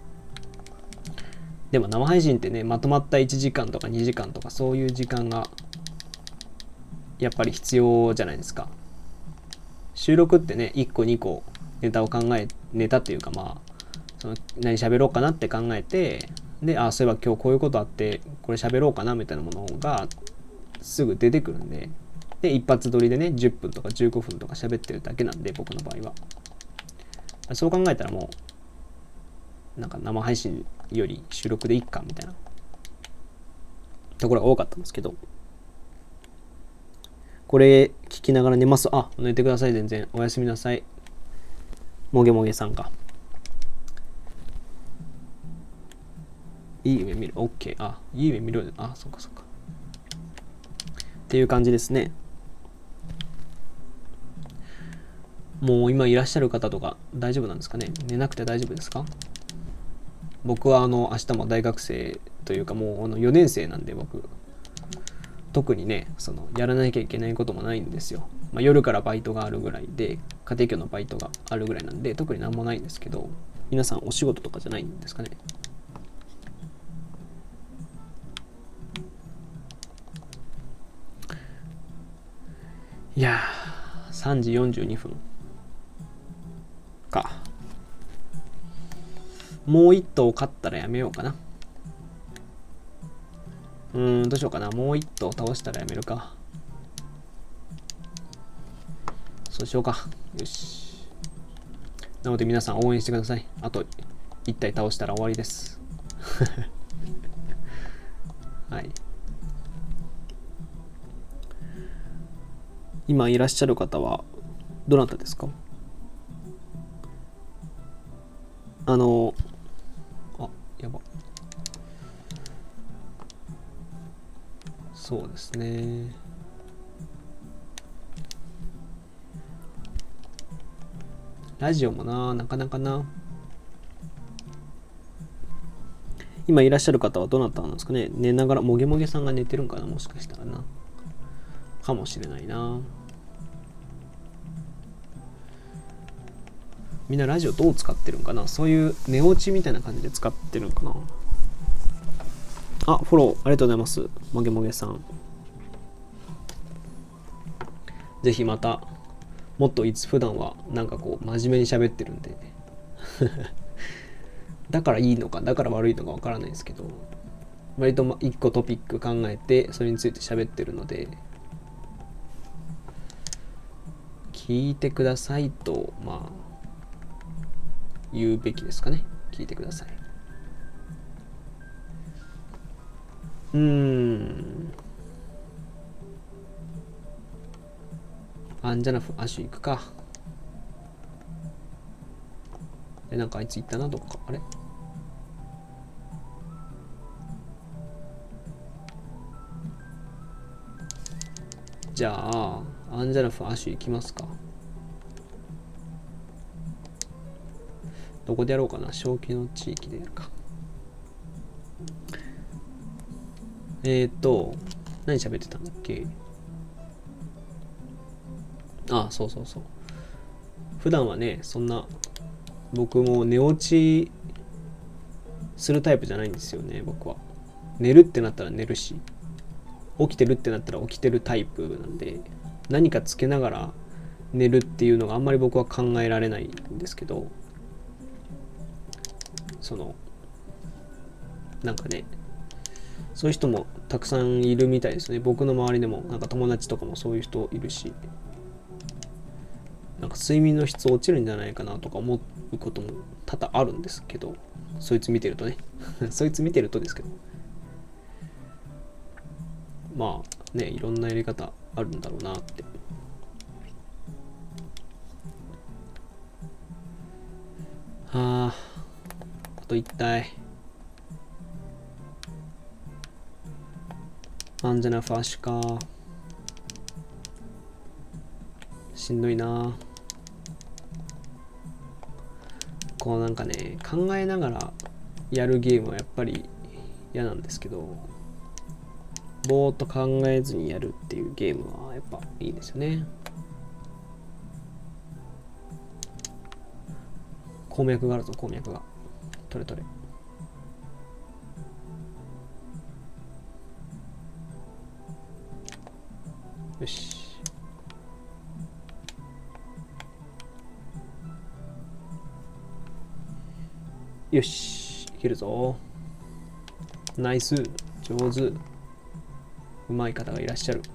でも生配信ってねまとまったいちじかんとかにじかんとかそういう時間がやっぱり必要じゃないですか。収録ってねいっこにこネタを考えネタっていうかまあその何喋ろうかなって考えて、であそういえば今日こういうことあってこれ喋ろうかなみたいなものがすぐ出てくるんで、で一発撮りでねじゅっぷんとかじゅうごふんとか喋ってるだけなんで、僕の場合はそう考えたらもうなんか生配信より収録でいっかみたいなところが多かったんですけど、これ聞きながら寝ます。あ、寝てください。全然おやすみなさい。もげもげさんがいい夢見る。 OK。 あ、いい夢見る。あ、そっかそっかっていう感じですね。もう今いらっしゃる方とか大丈夫なんですかね。寝なくて大丈夫ですか？僕はあの明日も大学生というかもうあのよねん生なんで、僕特にねそのやらなきゃいけないこともないんですよ。まあ、夜からバイトがあるぐらいで、家庭教のバイトがあるぐらいなんで特になんもないんですけど、皆さんお仕事とかじゃないんですかね。いやーさんじよんじゅうにふんか。もう一頭勝ったらやめようかな。うーんどうしようかな。もう一頭倒したらやめるか。そうしようか。よし。なので皆さん応援してください。あと一体倒したら終わりですはい。今いらっしゃる方はどなたですか？あのあやばそうですね。ラジオもななかなかな。今いらっしゃる方はどなたなんですかね。寝ながらもげもげさんが寝てるんかな、もしかしたらな。かもしれないな。みんなラジオどう使ってるんかな。そういう寝落ちみたいな感じで使ってるんかな。あ、フォローありがとうございます。もげもげさん。ぜひまたもっといつ普段はなんかこう真面目に喋ってるんでだからいいのかだから悪いのかわからないですけど、割と一個トピック考えてそれについて喋ってるので、聞いてくださいとまあ言うべきですかね。聞いてください。うーんアンジャナフアシュ行くか。えなんかあいつ行ったなどっか。あれじゃあアンジャナフアシュ行きますか。どこでやろうかな。小規の地域でやるか。 えっ、ー、と何喋ってたんだっけ。あ、そうそうそう。普段はね、そんな僕も寝落ちするタイプじゃないんですよね。僕は寝るってなったら寝るし、起きてるってなったら起きてるタイプなんで、何かつけながら寝るっていうのがあんまり僕は考えられないんですけど、そのなんかね、そういう人もたくさんいるみたいですね。僕の周りでもなんか友達とかもそういう人いるし、なんか睡眠の質落ちるんじゃないかなとか思うことも多々あるんですけど、そいつ見てるとねそいつ見てるとですけど、まあね、いろんなやり方あるんだろうなって。はあ、あと一体アンジャナ・ファッシュか。しんどいな。こうなんかね、考えながらやるゲームはやっぱり嫌なんですけど、ぼーっと考えずにやるっていうゲームはやっぱいいですよね。鉱脈があるぞ、鉱脈が。取れ取れ。よし。よし、いけるぞ。ナイス、上手。うまい方がいらっしゃる。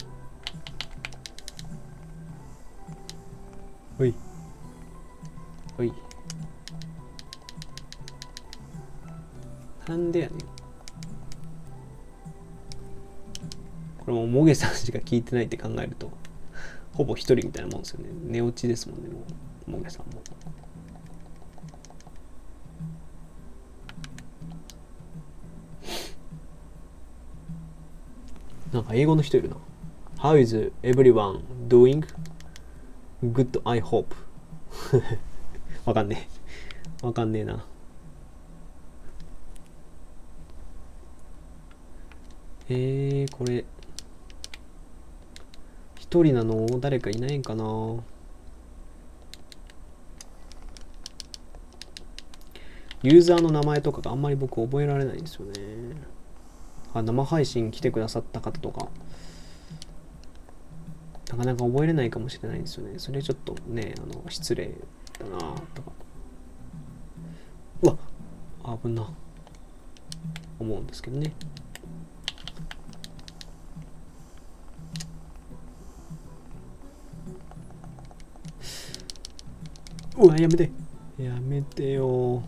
ほい。ほい。なんでやねん。これももげさんしか聞いてないって考えると、ほぼ一人みたいなもんですよね。寝落ちですもんね、もう。もげさんも。なんか英語の人いるな。How is everyone doing? Good, I hope. わかんねえ。わかんねえな。えー、これ。一人なの？誰かいないんかな？ユーザーの名前とかがあんまり僕覚えられないんですよね。あ、生配信来てくださった方とか、なかなか覚えれないかもしれないんですよね。それちょっとね、あの失礼だなとか、うわっ危な思うんですけどね。うわ、やめてやめてよ、汚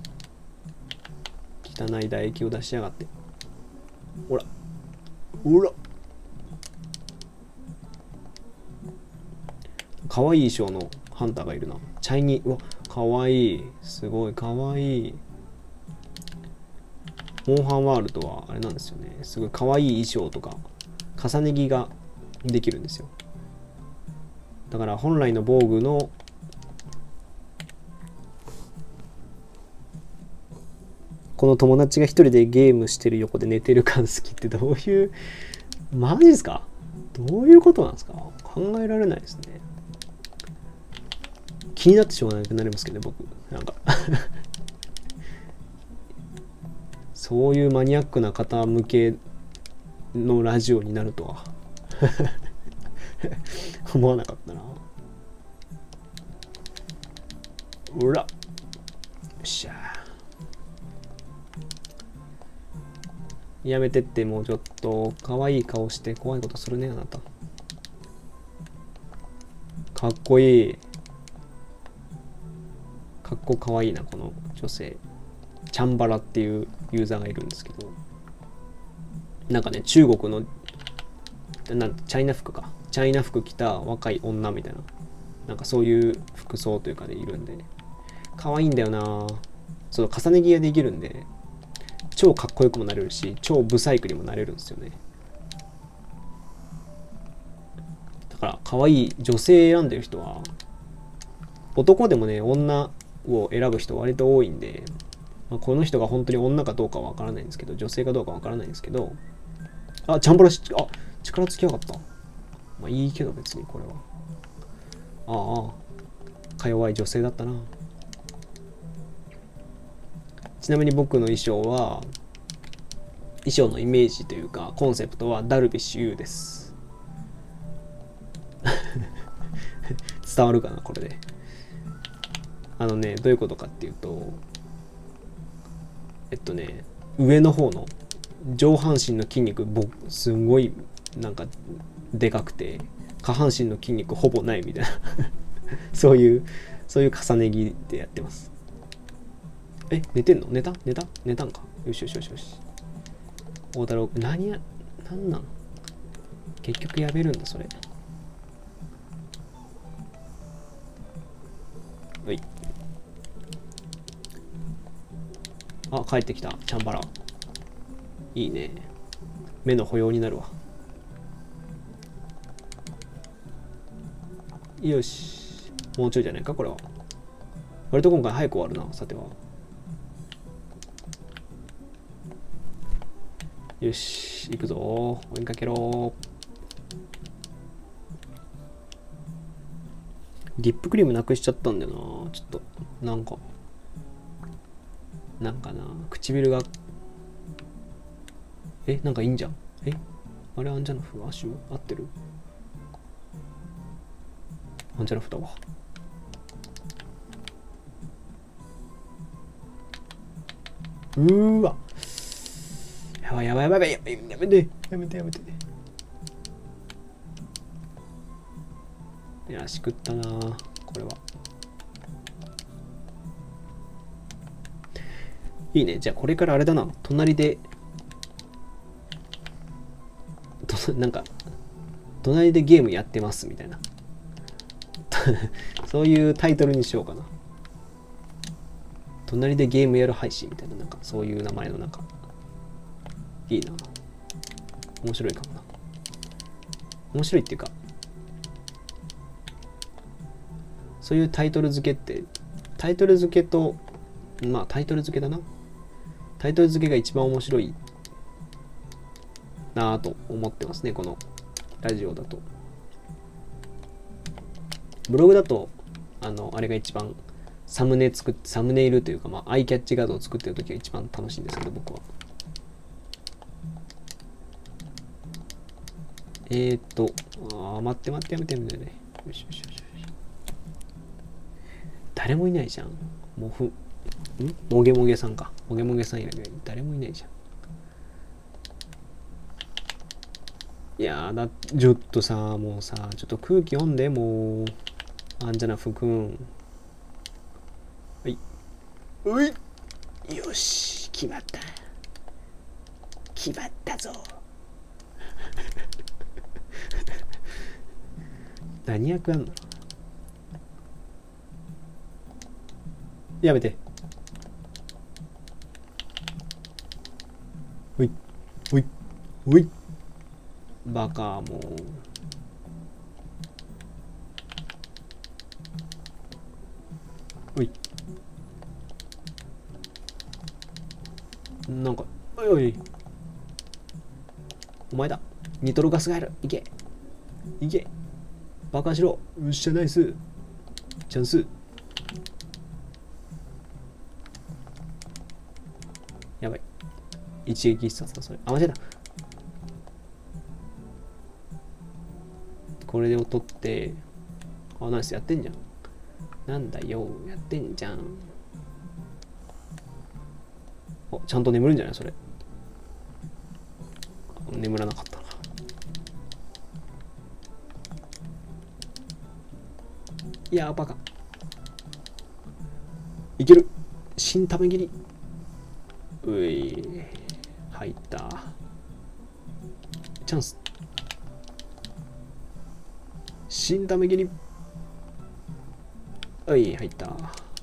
い唾液を出しやがって。ほらほら、かわいい衣装のハンターがいるな。チャイニー、うわかわいい、すごいかわいい。モンハンワールドはあれなんですよね、すごいかわいい衣装とか重ね着ができるんですよ。だから本来の防具のこの友達が一人でゲームしてる横で寝てる感好きってどういう、マジですか？どういうことなんですか？考えられないですね。気になってしょうがなくなりますけどね、僕なんかそういうマニアックな方向けのラジオになるとは思わなかったな。うら、よっしゃ、やめてって。もうちょっと可愛い顔して怖いことするね、あなた。かっこいい、かっこかわいいな、この女性。チャンバラっていうユーザーがいるんですけど、なんかね、中国のなんチャイナ服かチャイナ服着た若い女みたいな、なんかそういう服装というかでいるんで、可愛いんだよな。その重ね着ができるんで、超かっこよくもなれるし、超ブサイクにもなれるんですよね。だから可愛い女性選んでる人は、男でもね、女を選ぶ人割と多いんで、まあ、この人が本当に女かどうかは分からないんですけど、女性かどうか分からないんですけど、 あ、チャンバラし、あ、力つきやがった。まあいいけど別にこれは。ああ、か弱い女性だったな。ちなみに僕の衣装は、衣装のイメージというか、コンセプトはダルビッシュ有です。伝わるかな、これで。あのね、どういうことかっていうと、えっとね、上の方の上半身の筋肉、僕、すごい、なんか、でかくて、下半身の筋肉ほぼないみたいな。そういう、そういう重ね着でやってます。え、寝てんの？寝た寝た寝たんか。よしよしよしよし。大太郎、何や、なんなん結局やめるんだ、それ。はい。あ、帰ってきた。チャンバラ。いいね。目の保養になるわ。よし。もうちょいじゃないか、これは。割と今回早く終わるな、さては。よし、行くぞ。追いかけろ。リップクリームなくしちゃったんだよな。ちょっと、なんか、なんかな、唇が、え、なんかいいんじゃん。え、あれアンジャナフ、アシュ合ってる？アンジャナフだわ。うーわ。やばいやばいやばいやばいやめてやめてやめて。いや、しくったなこれは。いいね。じゃあこれからあれだな。隣で、となんか、隣でゲームやってますみたいな。そういうタイトルにしようかな。隣でゲームやる配信みたいな、なんかそういう名前のなんか、いいな。面白いかもな。面白いっていうか、そういうタイトル付けって、タイトル付けと、まあタイトル付けだな。タイトル付けが一番面白いなぁと思ってますね、このラジオだと。ブログだと、あの、あれが一番サムネ作って、サムネイルというか、まあ、アイキャッチ画像を作ってる時が一番楽しいんですけど、僕は。えーっと、あー、待って待ってやめてやめてね。よしよしよしよし。誰もいないじゃん。もふ、んもげもげさんか。もげもげさん以外誰もいないじゃん。いやーだ、ちょっとさ、もうさ、ちょっと空気読んで、もう。アンジャナフくん。はい。ういよし、決まった。決まったぞ。何役あんの？やめて。おい、おい、おい。バカもう。おい。なんか、おいおい。お前だ。ニトロガスが入る。いけ。いけ。バカしろ。よっしゃ、ナイス。チャンス。やばい。一撃必殺だ、それ。あ、間違えた。これを取って、あ、ナイス、やってんじゃん。なんだよ、やってんじゃん。お、ちゃんと眠るんじゃないそれ。眠らなかったな。いやー、バカ。いける。新ため切り。うい。入った。チャンス。新ため切り。うい、入った。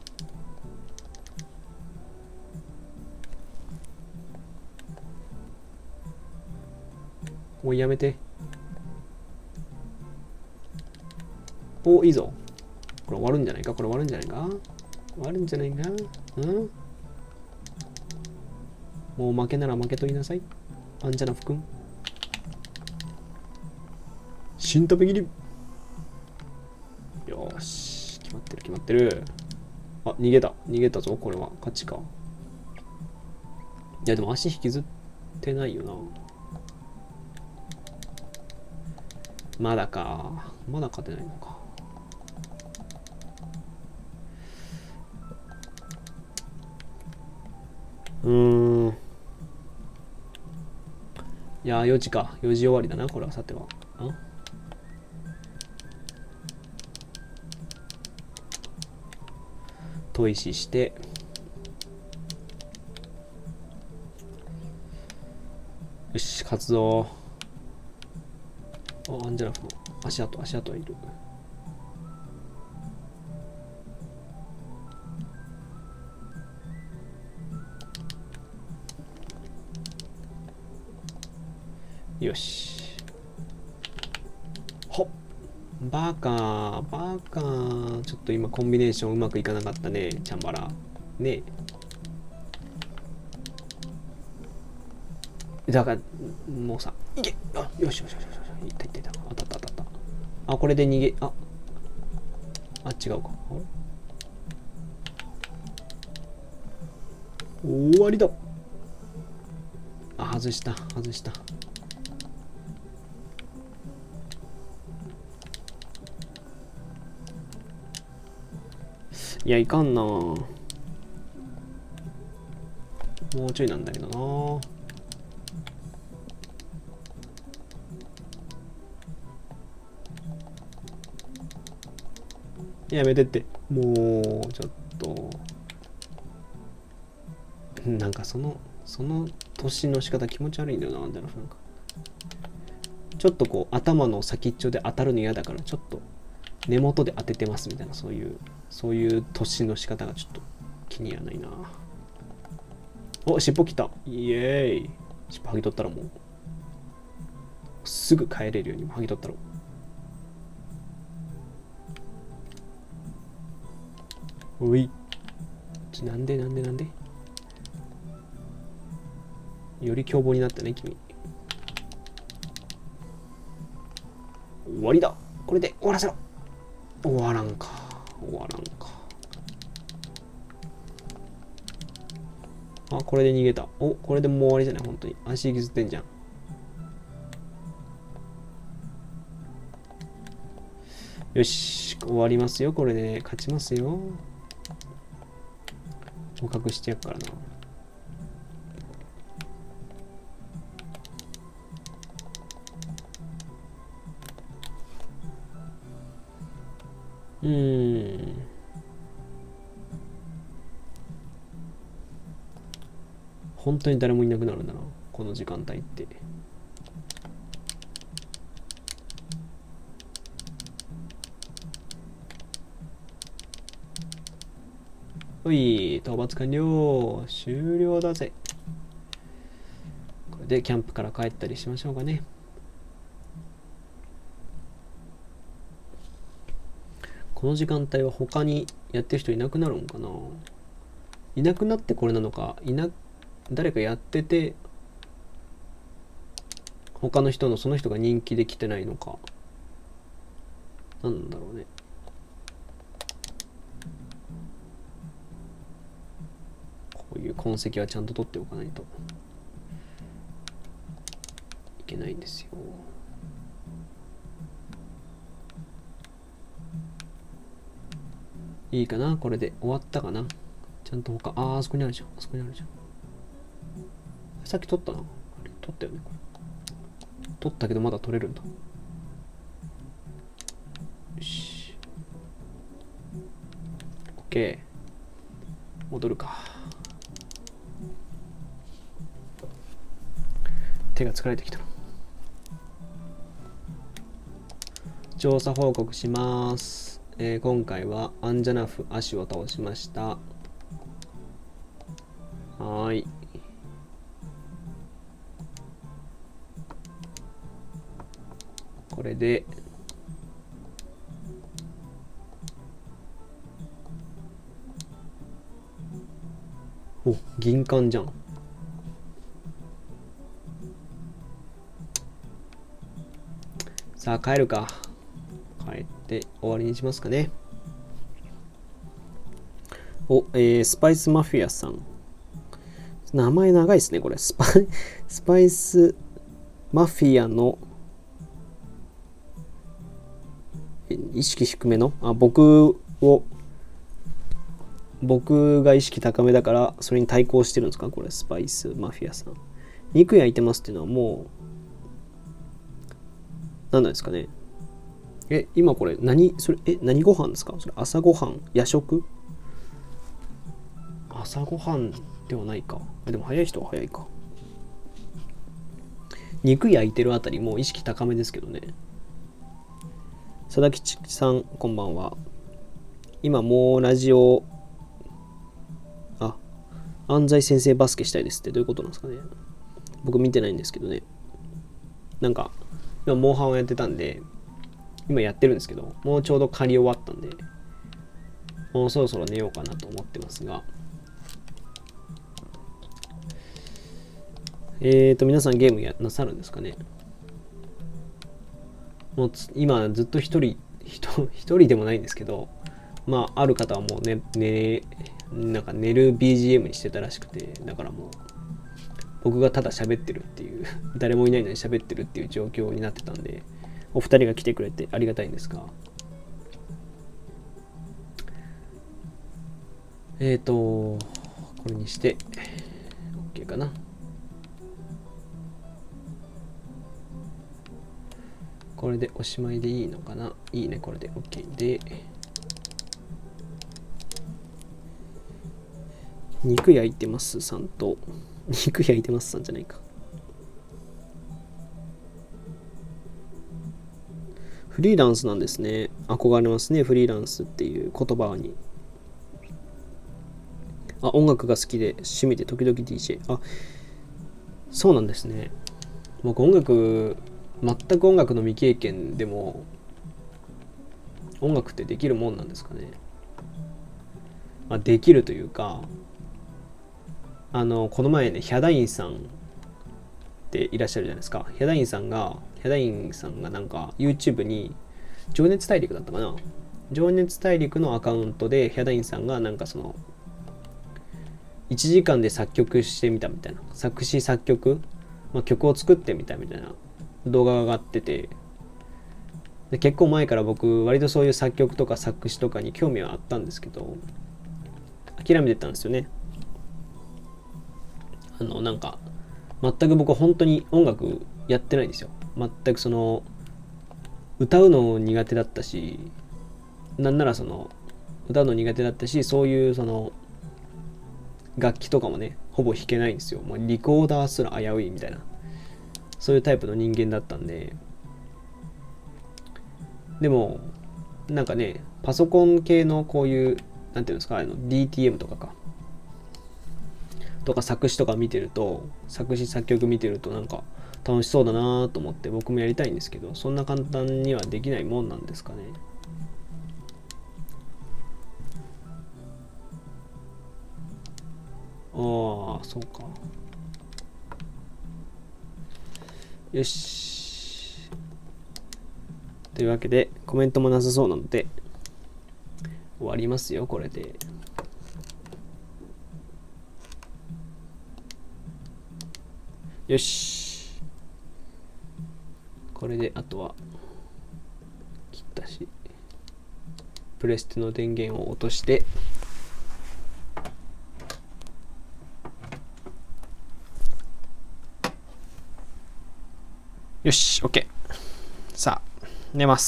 もうやめて。お、いいぞ。これ終わるんじゃないかこれ終わるんじゃないか終わるんじゃないかうん、もう負けなら負けと言いなさい。アンジャナフ君。 新飛び切り。よし、決まってる決まってる。あ、逃げた逃げたぞ。これは勝ちか。いやでも足引きずってないよな。まだか。まだ勝てないのか。うーん。いやー、よじか。よじ終わりだな、これはさては。あ砥石して。よし、勝つぞ。あ、アンジェラフの足跡、足跡いる。よし。ほっ。バカバカ。ちょっと今コンビネーションうまくいかなかったね、チャンバラ。ねえ。だから、もうさ、いけ。あ、よしよしよしよし。いったいったいった。当たった当たった。あ、これで逃げ、あ、あ、違うか。終わりだ。あ、外した外した。いや、いかんな。もうちょいなんだけどな。やめてって。もうちょっとなんかそのその年の仕方気持ち悪いんだよな。なんだろう、なんかちょっとこう頭の先っちょで当たるの嫌だから、ちょっと根元で当ててますみたいな、そういうそういう年の仕方がちょっと気に入らないな。お、尻尾きた。イエーイ。尻尾剥ぎ取ったらもうすぐ帰れるように剥ぎ取ったろ。おい、ちょ、なんでなんでなんでより凶暴になったね君。終わりだ。これで終わらせろ。終わらんか終わらんか。あ、これで逃げた。お、これでもう終わりじゃない。本当に足引きずってんじゃん。よし、終わりますよ。これで勝ちますよ。捕獲してやっからな。うーん。本当に誰もいなくなるんだな、この時間帯って。おい、討伐完了。終了だぜ。これでキャンプから帰ったりしましょうかね。この時間帯は他にやってる人いなくなるんかな。いなくなってこれなのか、いな誰かやってて他の人のその人が人気で来てないのか、なんだろうね。こういう痕跡はちゃんと取っておかないといけないんですよ。いいかな、これで終わったかな。ちゃんと他、あー、あそこにあるじゃん、あそこにあるじゃん。さっき取ったな。あれ取ったよね、これ。取ったけどまだ取れるんだ。よし。OK。戻るか。手が疲れてきたな。調査報告します。えー、今回はアンジャナフアシを倒しました。はい。これでお、銀冠じゃん。 さあ帰るか。帰って終わりにしますかね。お、えー、スパイスマフィアさん。名前長いですね、これ。スパイ、スパイスマフィアの意識低めのあ僕を僕が意識高めだからそれに対抗してるんですか、これ。スパイスマフィアさん。肉焼いてますっていうのはもう何なんですかね。え今これ何それえ何ご飯ですか、それ。朝ごはん、夜食、朝ごはんではないか。でも早い人は早いか。肉焼いてるあたりもう意識高めですけどね。佐々木さんこんばんは。今もうラジオあ安西先生バスケしたいですってどういうことなんですかね。僕見てないんですけどね。なんか今モンハンをやってたんで今やってるんですけど、もうちょうど借り終わったんでもうそろそろ寝ようかなと思ってますが、えーと皆さんゲームやなさるんですかね。もう今ずっと一人一人でもないんですけど、まあある方はもうねねなんか寝る ビージーエム にしてたらしくて、だからもう僕がただ喋ってるっていう誰もいないのに喋ってるっていう状況になってたんで、お二人が来てくれてありがたいんですが、えーとこれにして OK かな。これでおしまいでいいのかな。いいね、これで OK で、肉焼いてますさんと肉焼いてますさんじゃないか。フリーランスなんですね。憧れますね、フリーランスっていう言葉に。あ、音楽が好きで趣味で時々 ディージェー。あ、そうなんですね。僕音楽全く音楽の未経験でも音楽ってできるもんなんですかね。まあ、できるというか、あのこの前ねヒャダインさんっていらっしゃるじゃないですか。ヒャダインさんがヒャダインさんがなんか YouTube に情熱大陸だったかな、情熱大陸のアカウントでヒャダインさんがなんかそのいちじかんで作曲してみたみたいな、作詞作曲、まあ、曲を作ってみたみたいな動画が上がってて、で結構前から僕割とそういう作曲とか作詞とかに興味はあったんですけど諦めてたんですよね。あのなんか全く僕本当に音楽やってないんですよ。全くその歌うの苦手だったし、なんならその歌うの苦手だったし、そういうその楽器とかもねほぼ弾けないんですよ。もうリコーダーすら危ういみたいな、そういうタイプの人間だったんで。でもなんかねパソコン系のこういうなんていうんですか、あの ディーティーエム とかかとか作詞とか見てると、作詞作曲見てるとなんか楽しそうだなと思って僕もやりたいんですけど、そんな簡単にはできないもんなんですかね。ああそうか。よし、というわけでコメントもなさそうなので終わりますよ、これで。よし、これであとは切ったしプレステの電源を落として、よし OK。 さあ寝ます。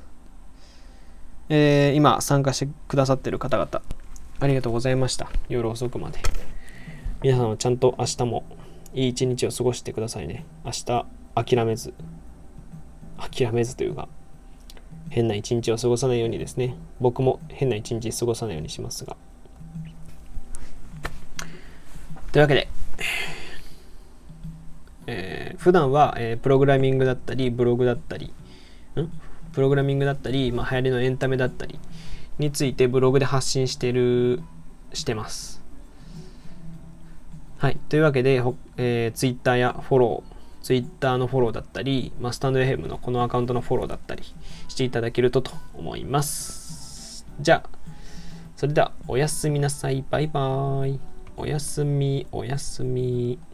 えー、今参加してくださってる方々ありがとうございました。夜遅くまで皆さんはちゃんと明日もいい一日を過ごしてくださいね。明日諦めず諦めずというか変な一日を過ごさないようにですね。僕も変な一日過ごさないようにしますが、というわけで、えー、普段は、えー、プログラミングだったりブログだったりんプログラミングだったり、まあ、流行りのエンタメだったりについてブログで発信してるしてます。はい、というわけで、えー、Twitter やフォロー Twitter のフォローだったり、まあ、スタンド エフエム のこのアカウントのフォローだったりしていただけるとと思います。じゃあ、それではおやすみなさい。バイバーイ。おやすみ、おやすみ。